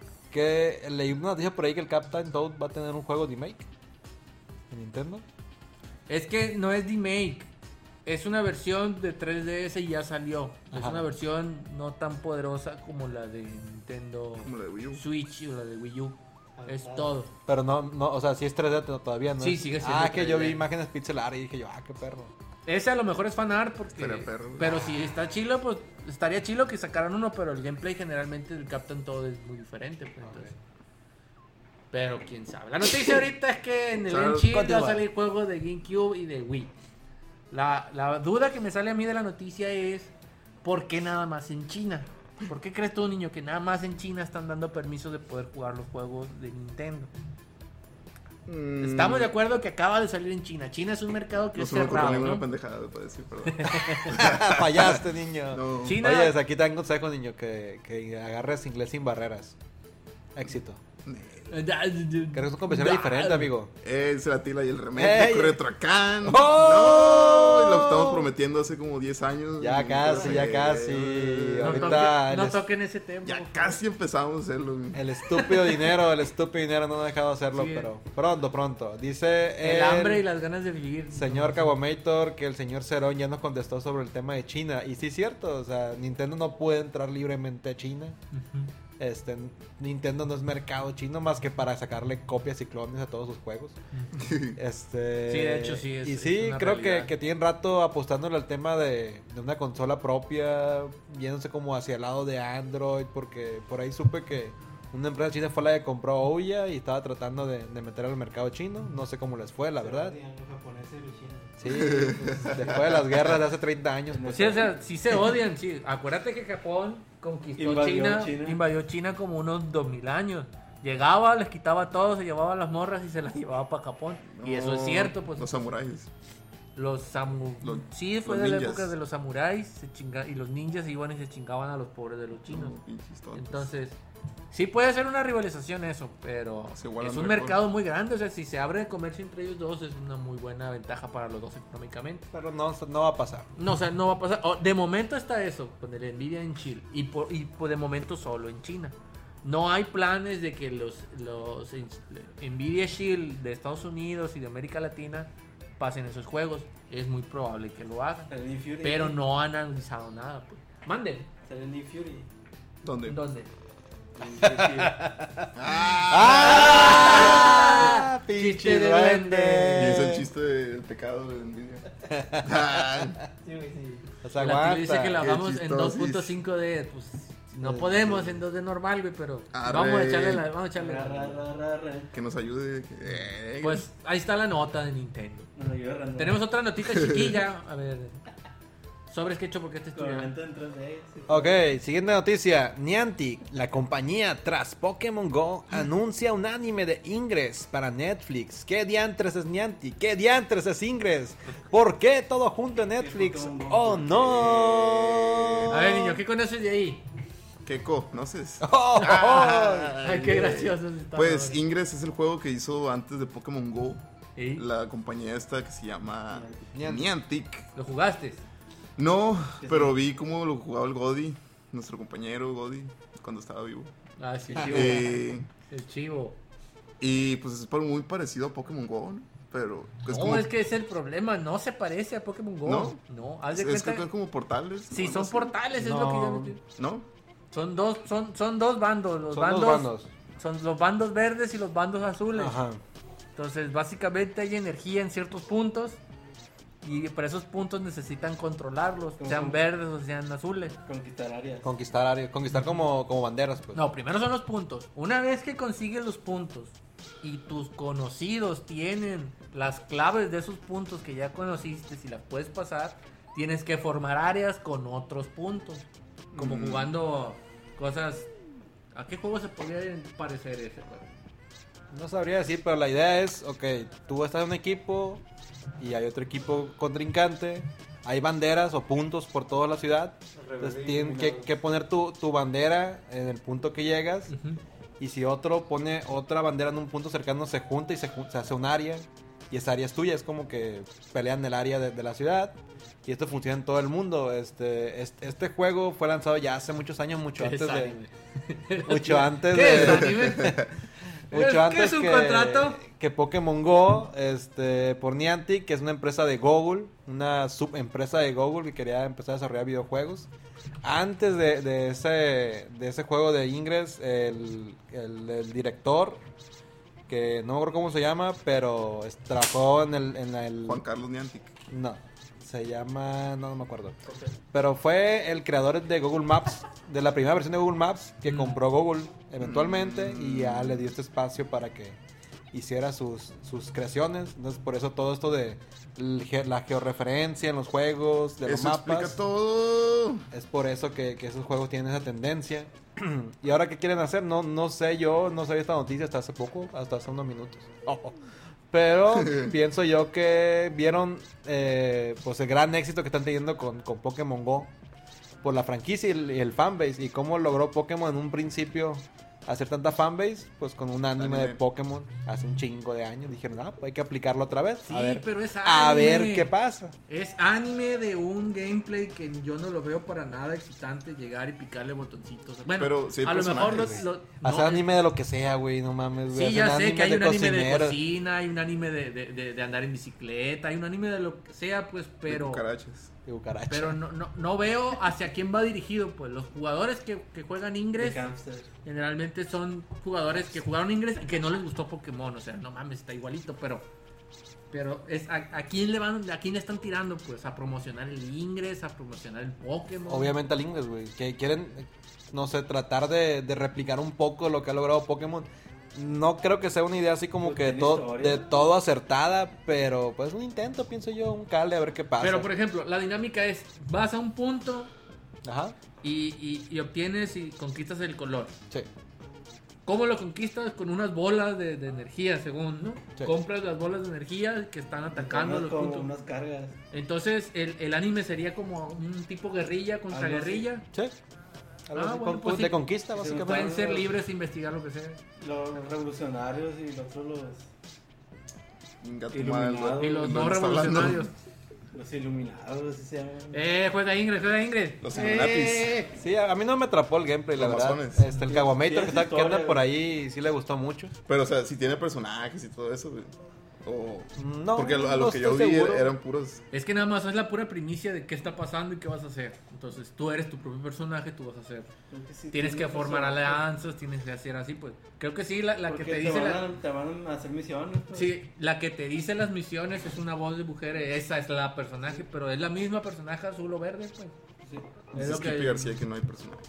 Que leí una noticia por ahí que el Captain Toad va a tener un juego remake en Nintendo. Es que no es remake. Es una versión de 3DS y ya salió. Es Ajá. una versión no tan poderosa como la de Nintendo Como la de Wii U. Switch o la de Wii U. Es todo. Pero no, o sea, si es 3D todavía, ¿no? Sí, es? sigue siendo Ah, que yo 3D. vi imágenes pixel art y dije yo, qué perro. Ese a lo mejor es fanart porque... Estaría perro. Pero si está chilo, pues estaría chilo que sacaran uno, pero el gameplay generalmente del Captain Toad es muy diferente. Pues, entonces. Pero quién sabe. La noticia ahorita es que en el Claro, N-Shield va a continúa. salir juegos de GameCube y de Wii. La duda que me sale a mí de la noticia es ¿por qué nada más en China? ¿Por qué crees tú, niño, que nada más en China están dando permiso de poder jugar los juegos de Nintendo? Estamos de acuerdo que acaba de salir en China. China es un mercado que No es se me ocurrió cerrado, ninguna ¿no? pendejada para decir, perdón. Fallaste, niño. No. China- Oye, aquí te dan consejo, niño, que agarres inglés sin barreras. Éxito. Que eres un conversación diferente, amigo. Es la tila y el remedio. ¡Ey! Retroacán. ¡Oh! No, lo estamos prometiendo hace como 10 años. Ya casi, ya casi. No, Ahorita no el toquen ese tema. Ya por favor. casi empezamos a hacerlo. El estúpido dinero no ha dejado de hacerlo, Sí. pero pronto. Dice El hambre y las ganas de vivir. señor Kawamator que el señor Cerón ya nos contestó sobre el tema de China. Y sí es cierto, o sea, Nintendo no puede entrar libremente a China. Ujú. Nintendo no es mercado chino más que para sacarle copias y clones a todos sus juegos. Sí, de hecho, sí, Y es sí, una creo realidad. que tienen rato apostándole al tema de una consola propia, yéndose como hacia el lado de Android, porque por ahí supe que una empresa china fue la que compró Ouya y estaba tratando de meter al mercado chino. No sé cómo les fue, la verdad. Los japoneses y los chinos. Sí, pues, después de las guerras de hace 30 años. Pues, Sí, o sea, sí se odian, sí. Acuérdate que Japón conquistó Invadió China, invadió China como unos 2000 años. Llegaba, les quitaba todo, se llevaba las morras y se las llevaba para Japón. Y eso es cierto, pues. Los samuráis. Los sí, fue los de la ninjas. época de los samuráis y los ninjas iban y se chingaban a los pobres de los chinos. No, pinches tontos. Entonces, sí puede ser una rivalización eso, pero Se igualan es un mejor. mercado muy grande. O sea, si se abre el comercio entre ellos dos, es una muy buena ventaja para los dos económicamente. pero no va a pasar. No, o sea, no va a pasar. De momento está eso, con el Nvidia en Chile. Y por de momento solo en China. No hay planes de que los Nvidia Shield de Estados Unidos y de América Latina pasen esos juegos. Es muy probable que lo hagan. Sale el Nick Fury. Pero no han analizado nada. Pues. Manden. Sale el Nick Fury. ¿Dónde? ¿Dónde? ¡Ah! ¡Pinche Chiste de duende! Y es el chiste del pecado de envidia. Sí, güey, sí. O sea, La tía dice que la Qué bajamos en chistosis. 2.5D. Pues no podemos en 2D normal, güey, pero Arre. vamos a echarle la. Vamos a echarle Ra, ra, la. ra, ra, ra. Que nos ayude. Pues ahí está la nota de Nintendo. Nos ayuda random. Tenemos otra notita chiquilla. A ver. Sobres que he hecho porque este Con estudio. evento en 3D. Sí. Ok, siguiente noticia. Niantic, la compañía tras Pokémon Go, anuncia un anime de Ingress para Netflix. ¿Qué diantres es Niantic? ¿Qué diantres es Ingress? ¿Por qué todo junto en Netflix? Pokémon Go, ¡Oh, ¿por qué? no! A ver, niño, ¿qué conoces de ahí? ¿Qué conoces? ¡Oh! Ay, qué gracioso está. Pues ahora. Ingress es el juego que hizo antes de Pokémon Go. ¿Y? La compañía esta que se llama Niantic. Niantic. ¿Lo jugaste? No, pero vi cómo lo jugaba el Godi, nuestro compañero Godi, cuando estaba vivo. Ah, sí, el chivo. El chivo. Y pues es muy parecido a Pokémon Go, ¿no? Pero es No, como... es que es el problema. No se parece a Pokémon Go. ¿No? No, haz de es cuenta. que es como portales. Sí, ¿no? son Así. portales, es No. lo que yo no entiendo. ¿No? Son dos bandos. Los Son bandos, dos bandos. Son los bandos verdes y los bandos azules. Ajá. Entonces, básicamente hay energía en ciertos puntos. Y para esos puntos necesitan controlarlos, Como- sean verdes o sean azules. Conquistar áreas. Conquistar áreas, conquistar como banderas, pues. No, primero son los puntos. Una vez que consigues los puntos y tus conocidos tienen las claves de esos puntos que ya conociste, si las puedes pasar, tienes que formar áreas con otros puntos. Como jugando cosas... ¿A qué juego se podría parecer ese juego? No sabría decir, pero la idea es, ok, tú estás en un equipo y hay otro equipo contrincante, hay banderas o puntos por toda la ciudad, entonces tienen que poner tu bandera en el punto que llegas, y si otro pone otra bandera en un punto cercano, se junta y se hace un área, y esa área es tuya, es como que pelean el área de la ciudad, y esto funciona en todo el mundo. Este juego fue lanzado ya hace muchos años, mucho antes de... Mucho antes ¿Qué es de... anime? Mucho ¿Qué antes es un contrato? que Pokémon Go, por Niantic, que es una empresa de Google, una subempresa de Google que quería empezar a desarrollar videojuegos. Antes de ese juego de Ingress, el director, que no me acuerdo cómo se llama, pero trabajó en el Juan Carlos Niantic. no, se llama... No me acuerdo. Pero fue el creador de Google Maps, de la primera versión de Google Maps, que compró Google eventualmente y ya le dio este espacio para que hiciera sus creaciones. Entonces, por eso todo esto de la georreferencia en los juegos, de los Eso explica mapas, todo. es por eso que esos juegos tienen esa tendencia. ¿Y ahora qué quieren hacer? No sé, yo no sabía esta noticia hasta hace poco, hasta hace unos minutos. Pero pienso yo que vieron pues el gran éxito que están teniendo con Pokémon Go por la franquicia y el fanbase, y cómo logró Pokémon en un principio hacer tanta fanbase, pues con un anime de Pokémon hace un chingo de años. Dijeron, pues hay que aplicarlo otra vez. Sí, a ver, pero es a anime. ver qué pasa. Es anime de un gameplay que yo no lo veo para nada excitante, llegar y picarle botoncitos. Bueno, Pero sí hay a lo mejor personajes, Hacer anime de lo que sea, güey, no mames, güey. Sí, ya Hacen sé que hay un anime de cocineros. cocina, hay un anime de andar en bicicleta, hay un anime de lo que sea, pues, De pero... cucarachas. De cucaracha. Pero no veo hacia quién va dirigido, pues. Los jugadores que juegan Ingress De hamster. generalmente son jugadores que jugaron Ingress y que no les gustó Pokémon. O sea, no mames, está igualito, pero es a quién le están tirando, pues, a promocionar el Ingress, a promocionar el Pokémon. Obviamente al inglés, güey. Que quieren, no sé, tratar de replicar un poco lo que ha logrado Pokémon. No creo que sea una idea así como Pues que tiene todo, historia. de todo acertada, pero pues un intento, pienso yo, un cale a ver qué pasa. Pero, por ejemplo, la dinámica es, vas a un punto Ajá, y obtienes y conquistas el color. sí. ¿Cómo lo conquistas? Con unas bolas de energía, según, ¿no? Sí. Compras las bolas de energía que están atacando los Como puntos. unas cargas. Entonces, el anime sería como un tipo guerrilla contra Algo así. guerrilla. Sí. Algo así, bueno, pues de sí. conquista, Sí, básicamente. Pueden ser libres de investigar lo que sea. Los revolucionarios y los otros Inga tu Iluminados. madre, Y los ¿dónde no está hablando? revolucionarios. los iluminados, así se llaman. Juega Ingrid. Los Illuminatis. Sí, a mí no me atrapó el gameplay, la Los verdad. masones. El Kawamator Sí, que, es que anda historia, por güey. ahí sí le gustó mucho. Pero, o sea, si tiene personajes y todo eso, güey. O... No, porque a lo no que yo estoy vi seguro. eran puros... Es que nada más es la pura primicia de qué está pasando y qué vas a hacer. Entonces tú eres tu propio personaje, tú vas a hacer. Creo que sí Tienes que tiene formar personaje. alianzas, tienes que hacer así, pues. Creo que sí, la que Porque te dice te van a hacer misiones. Pues. sí, la que te dice las misiones es una voz de mujer, esa es la personaje, pero es la misma personaje azul o verde, pues. Sí. Es Dice lo que Skippy García que no hay personajes.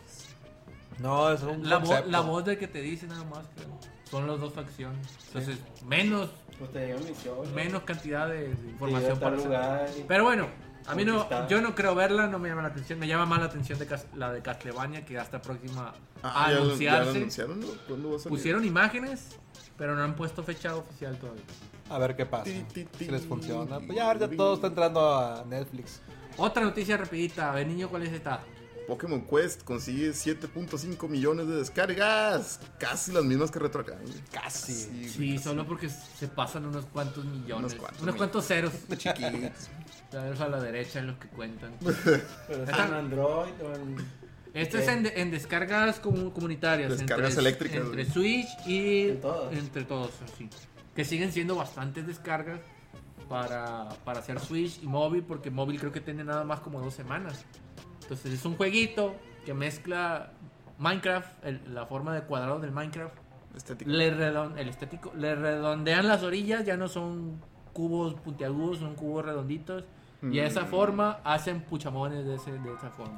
No, es un la concepto. voz de que te dice nada más, creo. Son las dos facciones. Entonces, menos Pues te llevan misiones. cantidad de Te información llevan a para tal hacer. lugar. y- Pero bueno, a mí no, Conquistar. yo no creo verla, no me llama la atención. Me llama más la atención la de Castlevania, que ya está próxima a ¿Ya lo anunciarse. anunciaron? ¿No? ¿Cuándo va a salir? Pusieron imágenes, pero no han puesto fecha oficial todavía. A ver qué pasa. Ti, ti, ti. Si les funciona. Pues ya ahorita todo está entrando a Netflix. Otra noticia rapidita, a ver niño, ¿cuál es esta? Pokémon Quest consigue 7.5 millones de descargas. Casi las mismas que Retroacán. Casi. Sí, solo porque se pasan unos cuantos millones, Unos cuantos ceros. Chiquitos. Ceros a la derecha en los que cuentan. Pero está en Android o en. Esto es en descargas comunitarias. Descargas entre, eléctricas, Entre güey. Switch y En todas. entre todos, sí. Que siguen siendo bastantes descargas para hacer Switch y móvil, porque móvil creo que tiene nada más como 2 semanas. Entonces es un jueguito que mezcla Minecraft, la forma de cuadrado del Minecraft. Estético. El estético, le redondean las orillas, ya no son cubos puntiagudos, son cubos redonditos. Y de esa forma hacen puchamones de esa forma.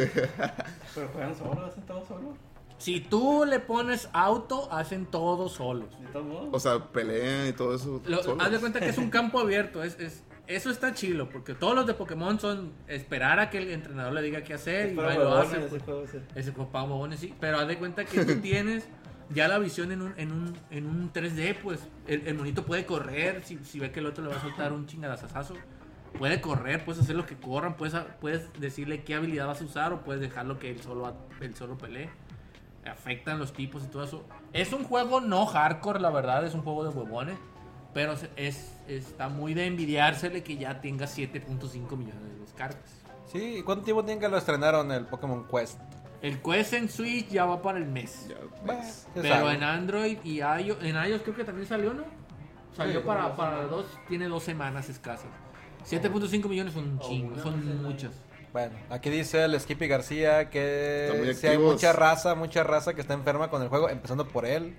Pero juegan solos, hacen todo solo. Si tú le pones auto, hacen todos solos. De todos modos. O sea, pelean y todo eso. solos. Haz de cuenta que es un campo abierto. Eso está chilo, porque todos los de Pokémon son esperar a que el entrenador le diga qué hacer y Pero va y lo huevones, hace. ese Pues. juego, ese. Ese fue para huevones, sí. Pero haz de cuenta que tú tienes ya la visión en un 3D, pues. El monito puede correr, si ve que el otro le va a soltar un chingadazazo. Puede correr, puedes hacer lo que corran, puedes decirle qué habilidad vas a usar o puedes dejarlo que él solo pelee. Afectan los tipos y todo eso. Es un juego no hardcore, la verdad, es un juego de huevones. Pero está muy de envidiársele que ya tenga 7.5 millones de descargas. Sí, ¿y cuánto tiempo tienen que lo estrenaron el Pokémon Quest? El Quest en Switch ya va para el mes. Ya, Bueno, pues. se Pero sabe. en Android y iOS, en iOS creo que también salió, ¿no? Salió Sí, para como dos, tiene 2 semanas escasas. 7.5 millones son un chingo, una son más al muchas. Bueno, aquí dice el Skippy García Están que muy sí hay activos. mucha raza que está enferma con el juego, empezando por él.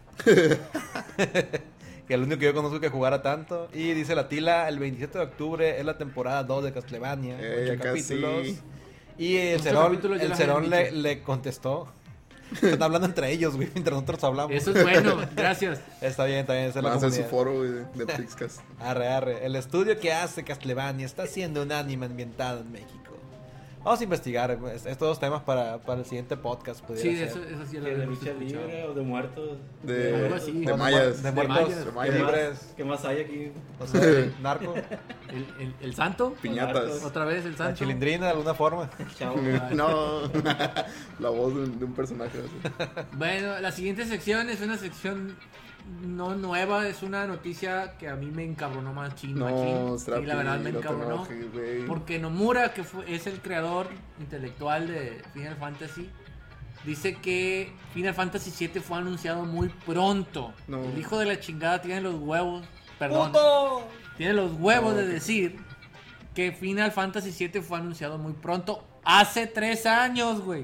Que el único que yo conozco que jugara tanto. Y dice la Tila, el 27 de octubre es la temporada 2 de Castlevania. 8 ya capítulos. casi. Y el Muchos Cerón, capítulos ya los Cerón habían le, dicho. le contestó. Están hablando entre ellos, güey, mientras nosotros hablamos. Eso es bueno, gracias. Está bien, esa es la Van a hacer su comunidad. foro güey, de Pixcast. Arre. El estudio que hace Castlevania está haciendo un anime ambientado en México. Vamos a investigar estos temas para el siguiente podcast. pudiera Sí, ser. eso sí lo Que de habíamos lucha escuchado. libre o de muertos. Algo así. De Bueno, mayas. de muertos mayas. De mayas. libres. ¿Qué más hay aquí? O sea, narco, El santo, Piñatas. otra vez el la santo. chilindrina de alguna forma. Chao. No, la voz de un personaje así. Bueno, la siguiente sección es una sección no nueva, es una noticia que a mí me encabronó más chino. No, Sí, la verdad me no te encabronó. enojes, güey. Porque Nomura, que es el creador intelectual de Final Fantasy, dice que Final Fantasy VII fue anunciado muy pronto. No. El hijo de la chingada tiene los huevos, perdón, ¡Puto! tiene los huevos No, de que- decir que Final Fantasy VII fue anunciado muy pronto. Hace 3 años, güey.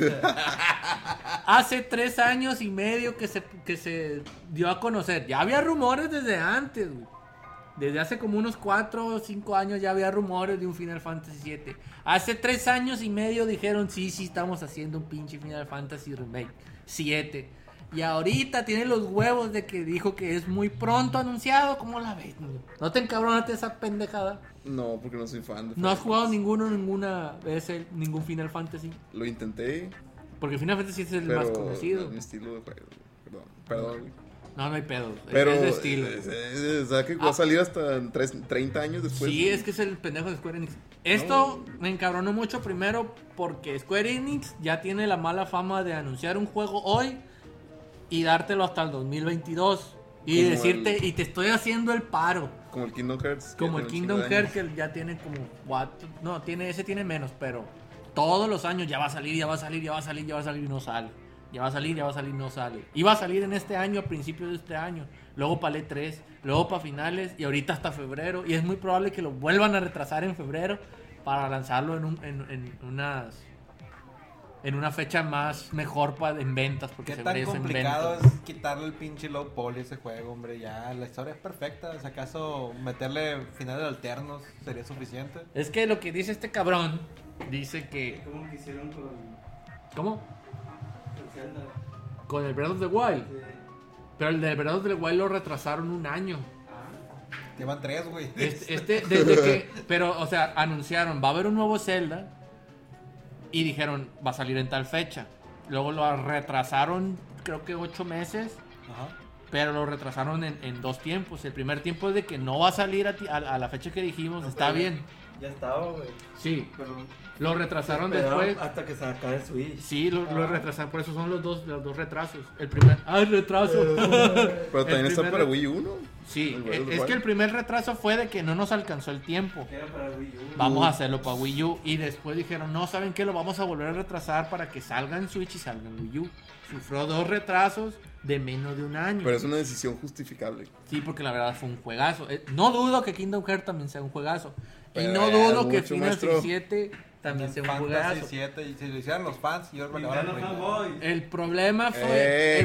Hace 3 años y medio que se dio a conocer. Ya había rumores desde antes, güey. Desde hace como unos 4 o 5 años ya había rumores de un Final Fantasy VII. Hace 3 años y medio dijeron, sí, estamos haciendo un pinche Final Fantasy Remake 7. Y ahorita tiene los huevos de que dijo que es muy pronto anunciado. ¿Cómo la ves, güey? ¿No te encabronaste esa pendejada? No, porque no soy fan de ¿No has Final jugado Fantasy. ninguna vez ningún Final Fantasy? Lo intenté, Porque Final Fantasy es el pero más no conocido. es mi estilo de juego. Perdón. güey. No hay pedo. Pero es de estilo. o sea que va a salir hasta en 30 años después. Sí, es que es el pendejo de Square Enix. Esto me encabronó mucho primero porque Square Enix ya tiene la mala fama de anunciar un juego hoy y dártelo hasta el 2022. Y Como decirte, y te estoy haciendo el paro. Como el Kingdom Hearts. que Como el tiene un Kingdom chingo de Hearts años. que ya tiene como 4. No, ese tiene menos, pero todos los años ya va a salir y no sale. Ya va a salir, no sale. Iba a salir en este año, a principios de este año. Luego para el E3, luego para finales y ahorita hasta febrero. Y es muy probable que lo vuelvan a retrasar en febrero para lanzarlo en una fecha más mejor en ventas. Porque Qué tan complicado es quitarle el pinche low poly a ese juego, hombre. Ya, la historia es perfecta. Si acaso meterle finales alternos sería suficiente. Es que lo que dice este cabrón, dice que... ¿Cómo que hicieron con ¿Cómo? el Zelda? Con el Breath of the Wild. Sí. Pero el de Breath of the Wild lo retrasaron un año. Llevan 3, güey. Desde que... Pero, o sea, anunciaron, va a haber un nuevo Zelda. Y dijeron, va a salir en tal fecha. Luego lo retrasaron, creo que 8 meses. Ajá. Pero lo retrasaron en 2 tiempos. El primer tiempo es de que no va a salir a la fecha que dijimos. No, está pero bien. Ya estaba, güey. Sí. Pero Lo retrasaron esperaron después. hasta que sacara el Switch. Sí, lo retrasaron. Por eso son los dos retrasos. El primer... ¡Ah, el retraso! Pero también está primer- para Wii U, ¿no? Sí, El Breath of the es que Wild. el primer retraso fue de que no nos alcanzó el tiempo. Era para Wii U. Vamos a hacerlo para Wii U. Y después dijeron, no, ¿saben qué? Lo vamos a volver a retrasar para que salga en Switch y salga en Wii U. Sufrió 2 retrasos de menos de un año. Pero es una decisión justificable. Sí, porque la verdad fue un juegazo. No dudo que Kingdom Hearts también sea un juegazo. Y Pero no dudo que mucho, Final maestro. Fantasy 7 también sea un Fantasy juegazo. 7, y si lo hicieran los fans, yo me Nintendo acabaron fanboy. El problema fue...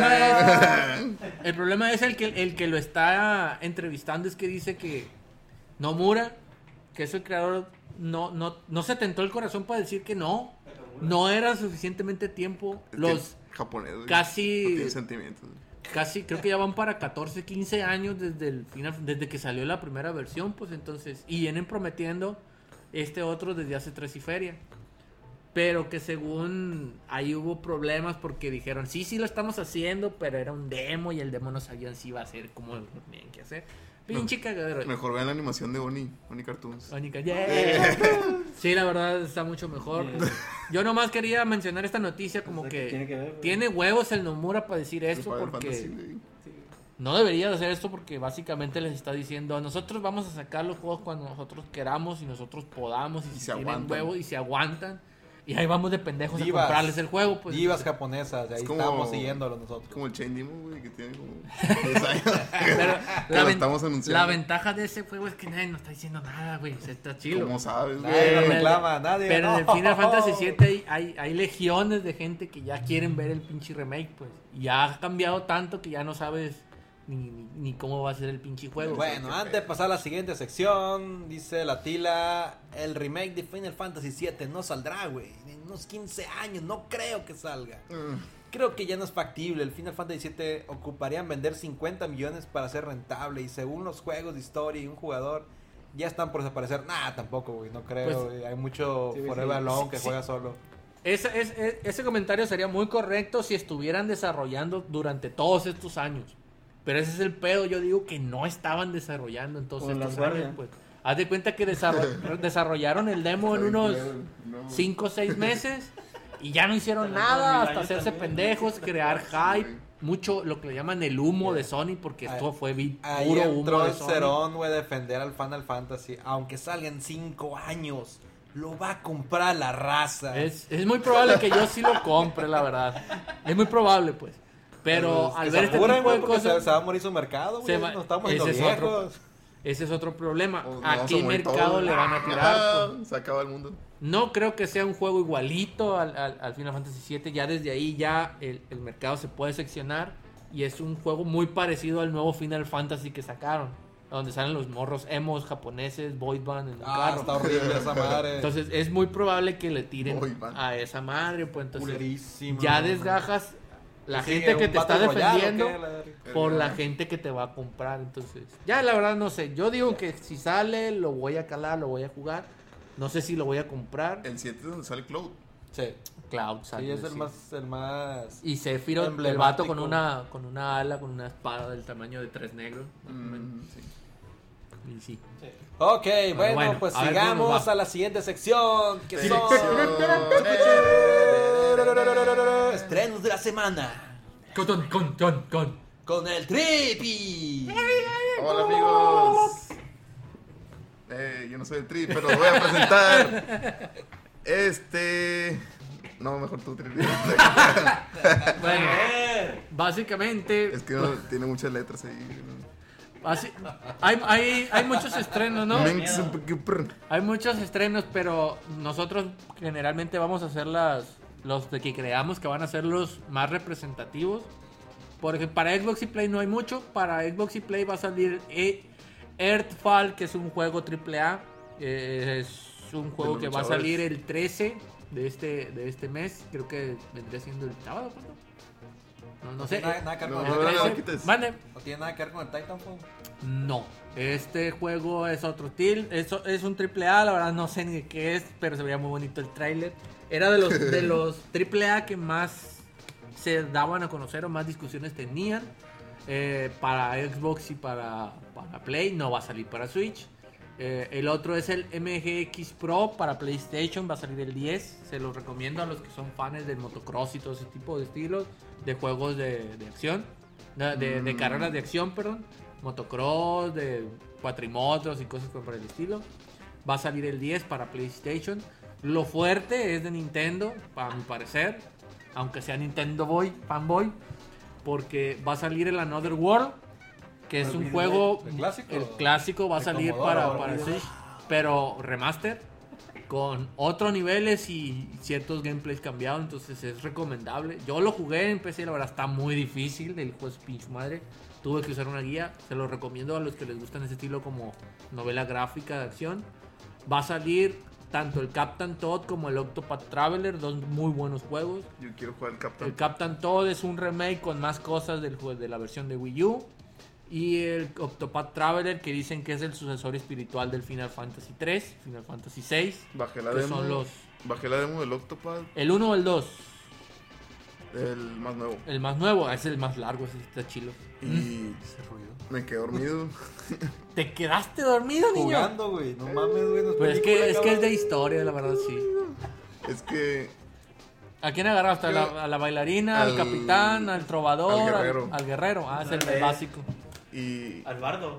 ¡Eh! el problema es el que lo está entrevistando, es que dice que Nomura, que es el creador, no se tentó el corazón para decir que no era suficientemente tiempo. Es que Los japonés, güey. casi- No tiene sentimientos. casi, creo que ya van para 14, 15 años desde que salió la primera versión, pues entonces, y vienen prometiendo este otro desde hace 3 y feria. Pero que según ahí hubo problemas porque dijeron, sí lo estamos haciendo, pero era un demo y el demo no sabían si iba a ser como lo tenían que hacer. Pinche cagadero. Mejor vean la animación de Oni Cartoons. Mónica, yeah. Sí, la verdad está mucho mejor. Yeah. Yo nomás quería mencionar esta noticia como O sea, que que tiene que ver, güey. tiene huevos el Nomura para decir esto Final porque... Fantasy, güey. Sí. No debería de hacer esto porque básicamente les está diciendo, nosotros vamos a sacar los juegos cuando nosotros queramos y nosotros podamos y Y si se tienen aguantan. huevos y se aguantan. Y ahí vamos de pendejos Divas. a comprarles el juego. Pues, Divas japonesas, de ahí Es como- estamos siguiéndolo nosotros. Como el Chain Demon, güey, que tiene como 10 años. Pero Que lo estamos la anunciando. ventaja de ese juego es que nadie nos está diciendo nada, güey. Se está chido. ¿Cómo sabes, güey? Nadie lo en el- reclama, nadie. Pero en el no. Final Fantasy VII hay legiones de gente que ya quieren ver el pinche remake, pues. Y ya ha cambiado tanto que ya no sabes ni cómo va a ser el pinche juego. Bueno, antes de pasar a la siguiente sección, dice la Tila, el remake de Final Fantasy VII no saldrá, güey. En unos 15 años, no creo que salga. Creo que ya no es factible. El Final Fantasy VII ocuparían vender 50 millones para ser rentable. Y según los juegos de historia y un jugador, ya están por desaparecer. Nah, tampoco, güey, no creo. Pues, güey. Hay mucho sí, Forever sí. Alone que Sí. juega solo. Ese comentario sería muy correcto si estuvieran desarrollando durante todos estos años. Pero ese es el pedo, yo digo que no estaban desarrollando en todos Por estos las guardias. años, pues. Haz de cuenta que desarrollaron el demo en unos 5 o 6 meses y ya no hicieron Hasta nada los 2000 hasta años hacerse también, pendejos, ¿no? crear hype, güey. mucho lo que le llaman el humo de Sony, porque esto fue Ahí puro humo entró de el Sony. Cerón, güey, a defender al Final Fantasy. Aunque salgan 5 años, lo va a comprar la raza. Es muy probable que yo sí lo compre, la verdad. Es muy probable, pues. Pero al Que ver se este apuren, tipo de güey, porque cosas... se va a morir su mercado, güey. Se va- No estamos ese haciendo es otro- viejos. Ese es otro problema. O nos ¿A vamos qué a morir mercado todos. le van a tirar? Pues? Se acaba el mundo. No creo que sea un juego igualito al Final Fantasy VII. Ya desde ahí ya el mercado se puede seccionar. Y es un juego muy parecido al nuevo Final Fantasy que sacaron. Donde salen los morros emos japoneses, boy band en un Ah, carro. está horrible esa madre. Entonces es muy probable que le tiren Boy band. a esa madre. Pues entonces Culerísimo. ya desgajas la Sigue gente que un te está Battle Royale, ¿o defendiendo qué? La verga. por la gente que te va a comprar. Entonces, ya la verdad no sé. Yo digo que si sale, lo voy a calar, lo voy a jugar. No sé si lo voy a comprar. El 7 es donde sale Cloud. Sí. Cloud Sí, sale, es el sí. más... Y Sephiroth, el emblemático. vato con una ala, con una espada del tamaño de 3 negros. Sí. Y sí. Ok, bueno, bueno, pues a ver cómo nos sigamos va. a la siguiente sección, que Sí. son... Estrenos de la semana. Con el Trippy. Hola amigos. Yo no soy el Tri, pero lo voy a presentar. No, mejor tú, Trini. Bueno, básicamente... Es que no, tiene muchas letras ahí. Hay muchos estrenos, ¿no? Miedo. Hay muchos estrenos, pero nosotros generalmente vamos a hacer los de que creamos que van a ser los más representativos. Por ejemplo, para Xbox y Play no hay mucho. Para Xbox y Play va a salir Earthfall, que es un juego AAA. Es un juego que va a salir el 13 de este mes. Creo que vendría siendo el sábado, ¿no? No sé. Nada que ver con No, el Titanfall. quites. Mande. ¿No tiene nada que ver con el Titanfall? No, este juego es otro es un AAA, la verdad no sé ni de qué es, pero se veía muy bonito el tráiler. Era de los AAA que más se daban a conocer o más discusiones tenían. Para Xbox y para Play, no va a salir para Switch. El otro es el MGX Pro para PlayStation, va a salir el 10. Se los recomiendo a los que son fans del motocross y todo ese tipo de estilos de juegos de acción, de carreras de acción, perdón. Motocross, de cuatrimotos y cosas por el estilo. Va a salir el 10 para PlayStation. Lo fuerte es de Nintendo, para mi parecer, aunque sea Nintendo fanboy, porque va a salir el Another World, que es un juego, el clásico va a salir para Switch, pero remaster, con otros niveles y ciertos gameplays cambiados, entonces es recomendable. Yo lo jugué en PC, la verdad está muy difícil, el juego es pinche madre. Tuve que usar una guía, se lo recomiendo a los que les gustan ese estilo como novela gráfica de acción. Va a salir tanto el Captain Toad como el Octopath Traveler, dos muy buenos juegos. Yo quiero jugar el Captain. El Captain Toad es un remake con más cosas del juego de la versión de Wii U. Y el Octopath Traveler, que dicen que es el sucesor espiritual del Final Fantasy 3, Final Fantasy 6. Bajé la que demo. son los... Bajé la demo del Octopath. ¿El 1 o el 2? El más nuevo. El más nuevo, es el más largo, ese está chilo. Y Ese ruido. me quedé dormido. ¿Te quedaste dormido, niño? Jugando, güey. No mames, güey. no Pues es película, que es cabrón. de historia, la verdad, sí. Es que ¿A quién agarraste? ¿A la bailarina, al capitán, al trovador, al guerrero. al guerrero? Ah, es el básico. Y, Al bardo.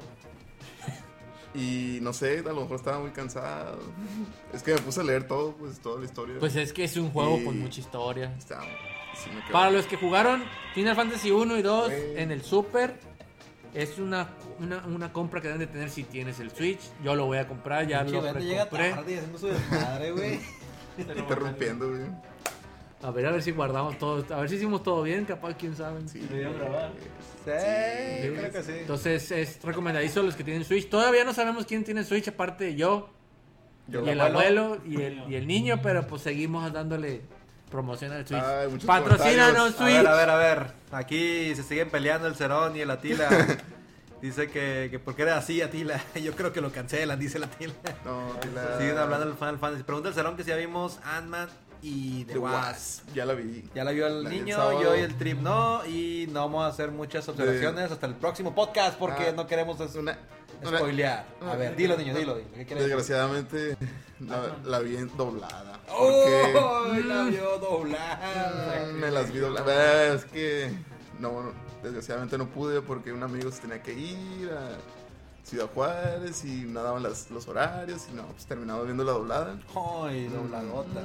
y no sé, a lo mejor estaba muy cansado. Es que me puse a leer todo, pues toda la historia. Pues es que es un juego Y- con mucha historia. Estaba, sí me quedé. Para los que jugaron Final Fantasy 1 y 2 Güey. en el Super, es una compra que deben de tener si tienes el Switch. Yo lo voy a comprar, ya Pinche lo Vente llega compré. tarde y haciendo su desmadre, güey. Interrumpiendo, güey. A ver si guardamos todo. A ver si hicimos todo bien, capaz, quién sabe. Sí. Me dio a grabar. Sí, creo que sí. Entonces es recomendadizo a los que tienen Switch. Todavía no sabemos quién tiene Switch aparte de yo. Yo, Y el abuelo y el niño, pero pues seguimos dándole promoción al Switch. Ay, muchos Patrocínanos, comentarios. Switch. A ver. Aquí se siguen peleando el Cerón y el Atila. Dice que porque era así, Atila. Yo creo que lo cancelan, dice el Atila. No, Siguen hablando del Final Fantasy. Pregunta el Cerón que si ya vimos Ant-Man y The The Wasp. Wasp. Ya la vi. Ya la vio el La vi el niño, sábado. yo y el Trip no. Y no vamos a hacer muchas observaciones hasta el próximo podcast porque Ah, no queremos spoilear. A ver, dilo, niño, dilo. ¿Qué quieres decir? Desgraciadamente la vi doblada. ¡Oh! Porque La vio doblada. me las vi dobladas. Es que no, desgraciadamente no pude porque un amigo se tenía que ir a Ciudad Juárez y no daban los horarios y no, pues terminamos viendo la doblada ¡Ay, dobladota!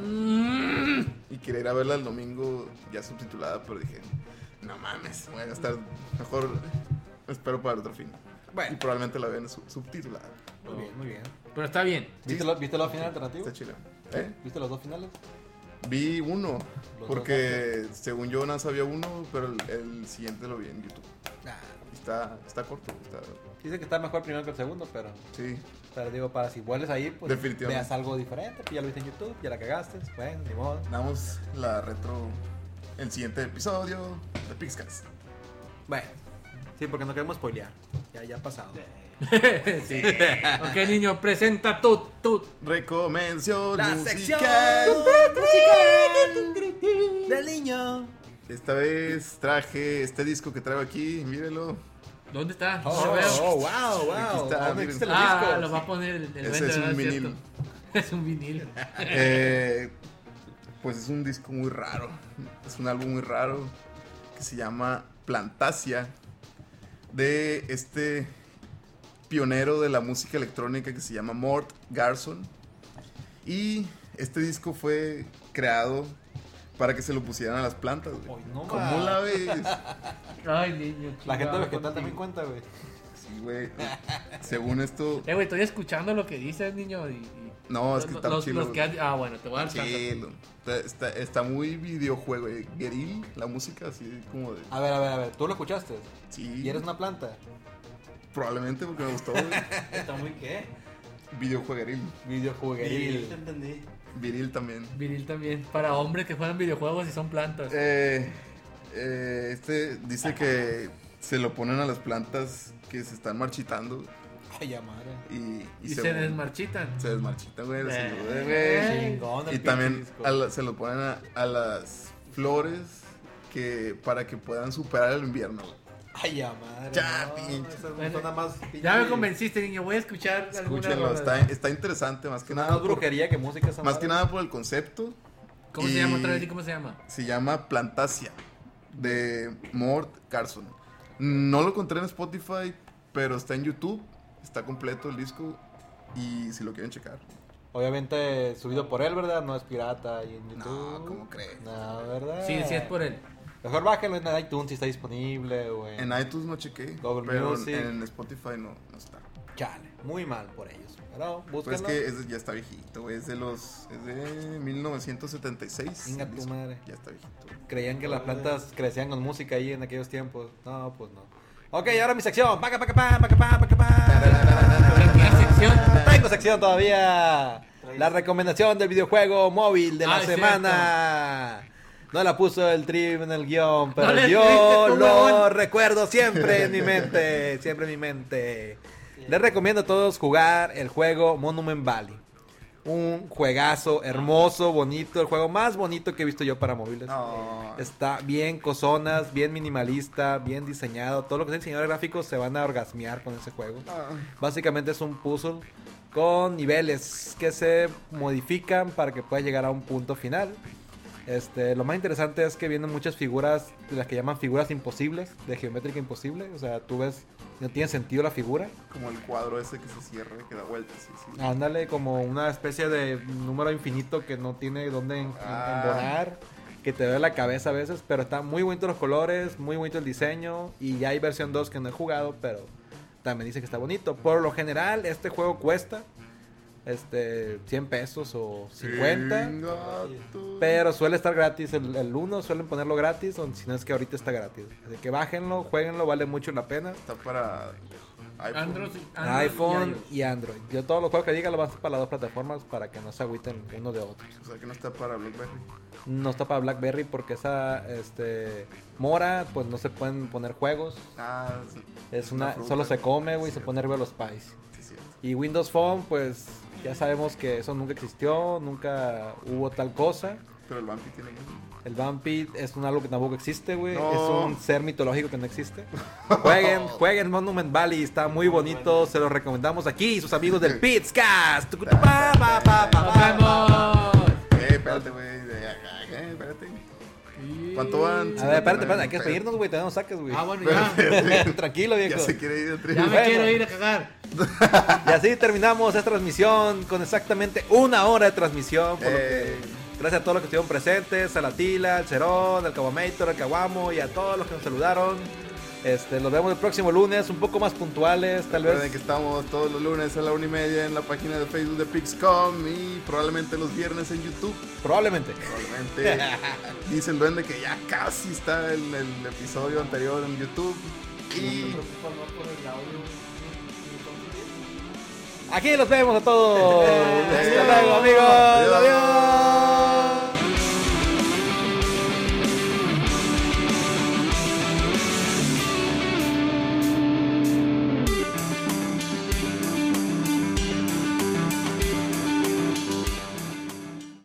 y quería ir a verla el domingo ya subtitulada, pero dije, no mames, voy a gastar, mejor espero para el otro fin. Y Bueno, probablemente la vean subtitulada. muy bien, muy bien. Pero está bien. ¿Viste los finales alternativos? Está chido. ¿Eh? ¿Viste los dos finales? Vi uno, Los porque según yo nada sabía uno, pero el siguiente lo vi en YouTube. Nah, Está corto, dice que está mejor el primero que el segundo, pero sí. digo, para si vuelves ahí, pues Definitivamente. veas algo diferente. Pues ya lo viste en YouTube, ya la cagaste. Bueno, ni modo. Damos la retro, el siguiente episodio de Pixcast. Bueno, sí, porque no queremos spoilear. Ya ha pasado. Sí. Ok, niño, presenta tú. Recomendación La musical. sección del niño. Esta vez traje este disco que traigo aquí, mírelo. ¿Dónde está? No Oh, lo veo. wow. Aquí está, ¿Dónde miren. existen los Ah, discos? lo va a poner el Ese duende, es un ¿verdad? vinil. ¿Cierto? Es un vinil. Pues es un disco muy raro. Es un álbum muy raro que se llama Plantasia, de este pionero de la música electrónica que se llama Mort Garson. Y este disco fue creado para que se lo pusieran a las plantas, güey. Ay, no ¿Cómo más. la ves? Ay, niño. La gente chingado, vegetal contigo. también cuenta, güey. Sí, güey. Según esto, Güey, estoy escuchando lo que dices, niño. Y no, es que está los chido. que bueno, te voy a dar chance. Chilo. Está muy videojuego, Guerril, la música así como de... A ver, ¿tú lo escuchaste? Sí. ¿Y eres una planta? Probablemente porque me gustó, güey. ¿Está muy qué? Videojuegueril. Videojuegueril. Te entendí. Viril también. Viril también. Para hombres que juegan videojuegos y son plantas. Este dice que se lo ponen a las plantas que se están marchitando Ay, ya madre. Y se desmarchitan. Se desmarchitan, güey. les ayuda, güey. Chingón el Y también pinche disco. se lo ponen a las flores para que puedan superar el invierno, güey. Ay, ya madre. Ya, no, pinche. esa Bueno, suena más pinche. Ya me convenciste, niño. Voy a escuchar alguna Escúchenlo, rola. está interesante más que Suena nada. más brujería que música esa Más que madre. nada por el concepto. ¿Cómo se llama otra vez? ¿Y cómo se llama? Se llama Plantasia, de Mort Carson. No lo encontré en Spotify, pero está en YouTube. Está completo el disco. Y si lo quieren checar. Obviamente subido por él, ¿verdad? No es pirata ahí en YouTube. No, ¿cómo crees? No, ¿verdad? Sí, sí, es por él. Mejor bájenlo en iTunes si está disponible, güey. En iTunes no chequé, Google pero Music. en Spotify no está. Chale, muy mal por ellos. Pero Pues búsquenlo. es que ya está viejito, güey. Es de 1976. Venga el tu disco. madre. Ya está viejito. Creían que las plantas crecían con música ahí en aquellos tiempos. No, pues no. Ok, ahora mi sección. Paca, paca, pa, paca, pa, paca, pa. ¿Qué sección? Tengo sección todavía. La recomendación del videojuego móvil de la es semana. No la puso el Trim en el guión, pero No le yo escribiste tú, lo huevón. recuerdo siempre en mi mente. Siempre en mi mente. Les recomiendo a todos jugar el juego Monument Valley. Un juegazo hermoso, bonito. El juego más bonito que he visto yo para móviles. No. Está bien cosonas, bien minimalista, bien diseñado. Todo lo que es diseñadores gráficos se van a orgasmear con ese juego. Básicamente es un puzzle con niveles que se modifican para que puedas llegar a un punto final. Lo más interesante es que vienen muchas figuras, de las que llaman figuras imposibles, de geométrica imposible. O sea, tú ves, no tiene sentido la figura. Como el cuadro ese que se cierra y que da vueltas. Sí, sí. Ándale, como una especie de número infinito que no tiene dónde embonar, que te duele la cabeza a veces, pero está muy bonito los colores, muy bonito el diseño, y ya hay versión 2 que no he jugado, pero también dice que está bonito. Por lo general, este juego cuesta 100 pesos o 50, Chingato. pero suele estar gratis. El 1 suelen ponerlo gratis, o si no es que ahorita está gratis. Así que bájenlo, jueguenlo, vale mucho la pena. Está para iPhone. iPhone y Android. Yo todos los juegos que diga lo van a hacer para las dos plataformas para que no se agüiten uno de otros. O sea que no está para BlackBerry. No está para BlackBerry porque esa mora, pues no se pueden poner juegos. Ah, sí. Es una una fruta. solo se come, güey, Sí, se pone arriba de los pies. Sí, sí. Y Windows Phone, pues ya sabemos que eso nunca existió, nunca hubo tal cosa. Pero el Vampy tiene uno. El Vampy es algo que tampoco existe, güey. No. Es un ser mitológico que no existe. Jueguen Monument Valley, está muy bonito. Se lo recomendamos aquí, sus amigos del Pizcast. ¡Nos vemos! Espérate, güey. Espérate. ¿Cuánto van? A ver, espérate, hay que despedirnos, güey. Tenemos saques, güey. Ah, bueno, ya. Tranquilo, viejo. Ya se quiere ir de tres. Ya me Bueno. quiero ir a cagar. Y así terminamos esta transmisión con exactamente 1 hora de transmisión. Por lo que, gracias a todos los que estuvieron presentes, a la Tila, al Cerón, al Caguamator, al Caguamo y a todos los que nos saludaron. Los vemos el próximo lunes, un poco más puntuales, tal Recuerden vez. que estamos todos los lunes a la 1:30 en la página de Facebook de Pixcom y probablemente los viernes en YouTube. Probablemente. Probablemente. Dice el duende que ya casi está el episodio anterior en YouTube. Y Aquí los vemos a todos. Hasta luego, amigos. Adiós. Adiós.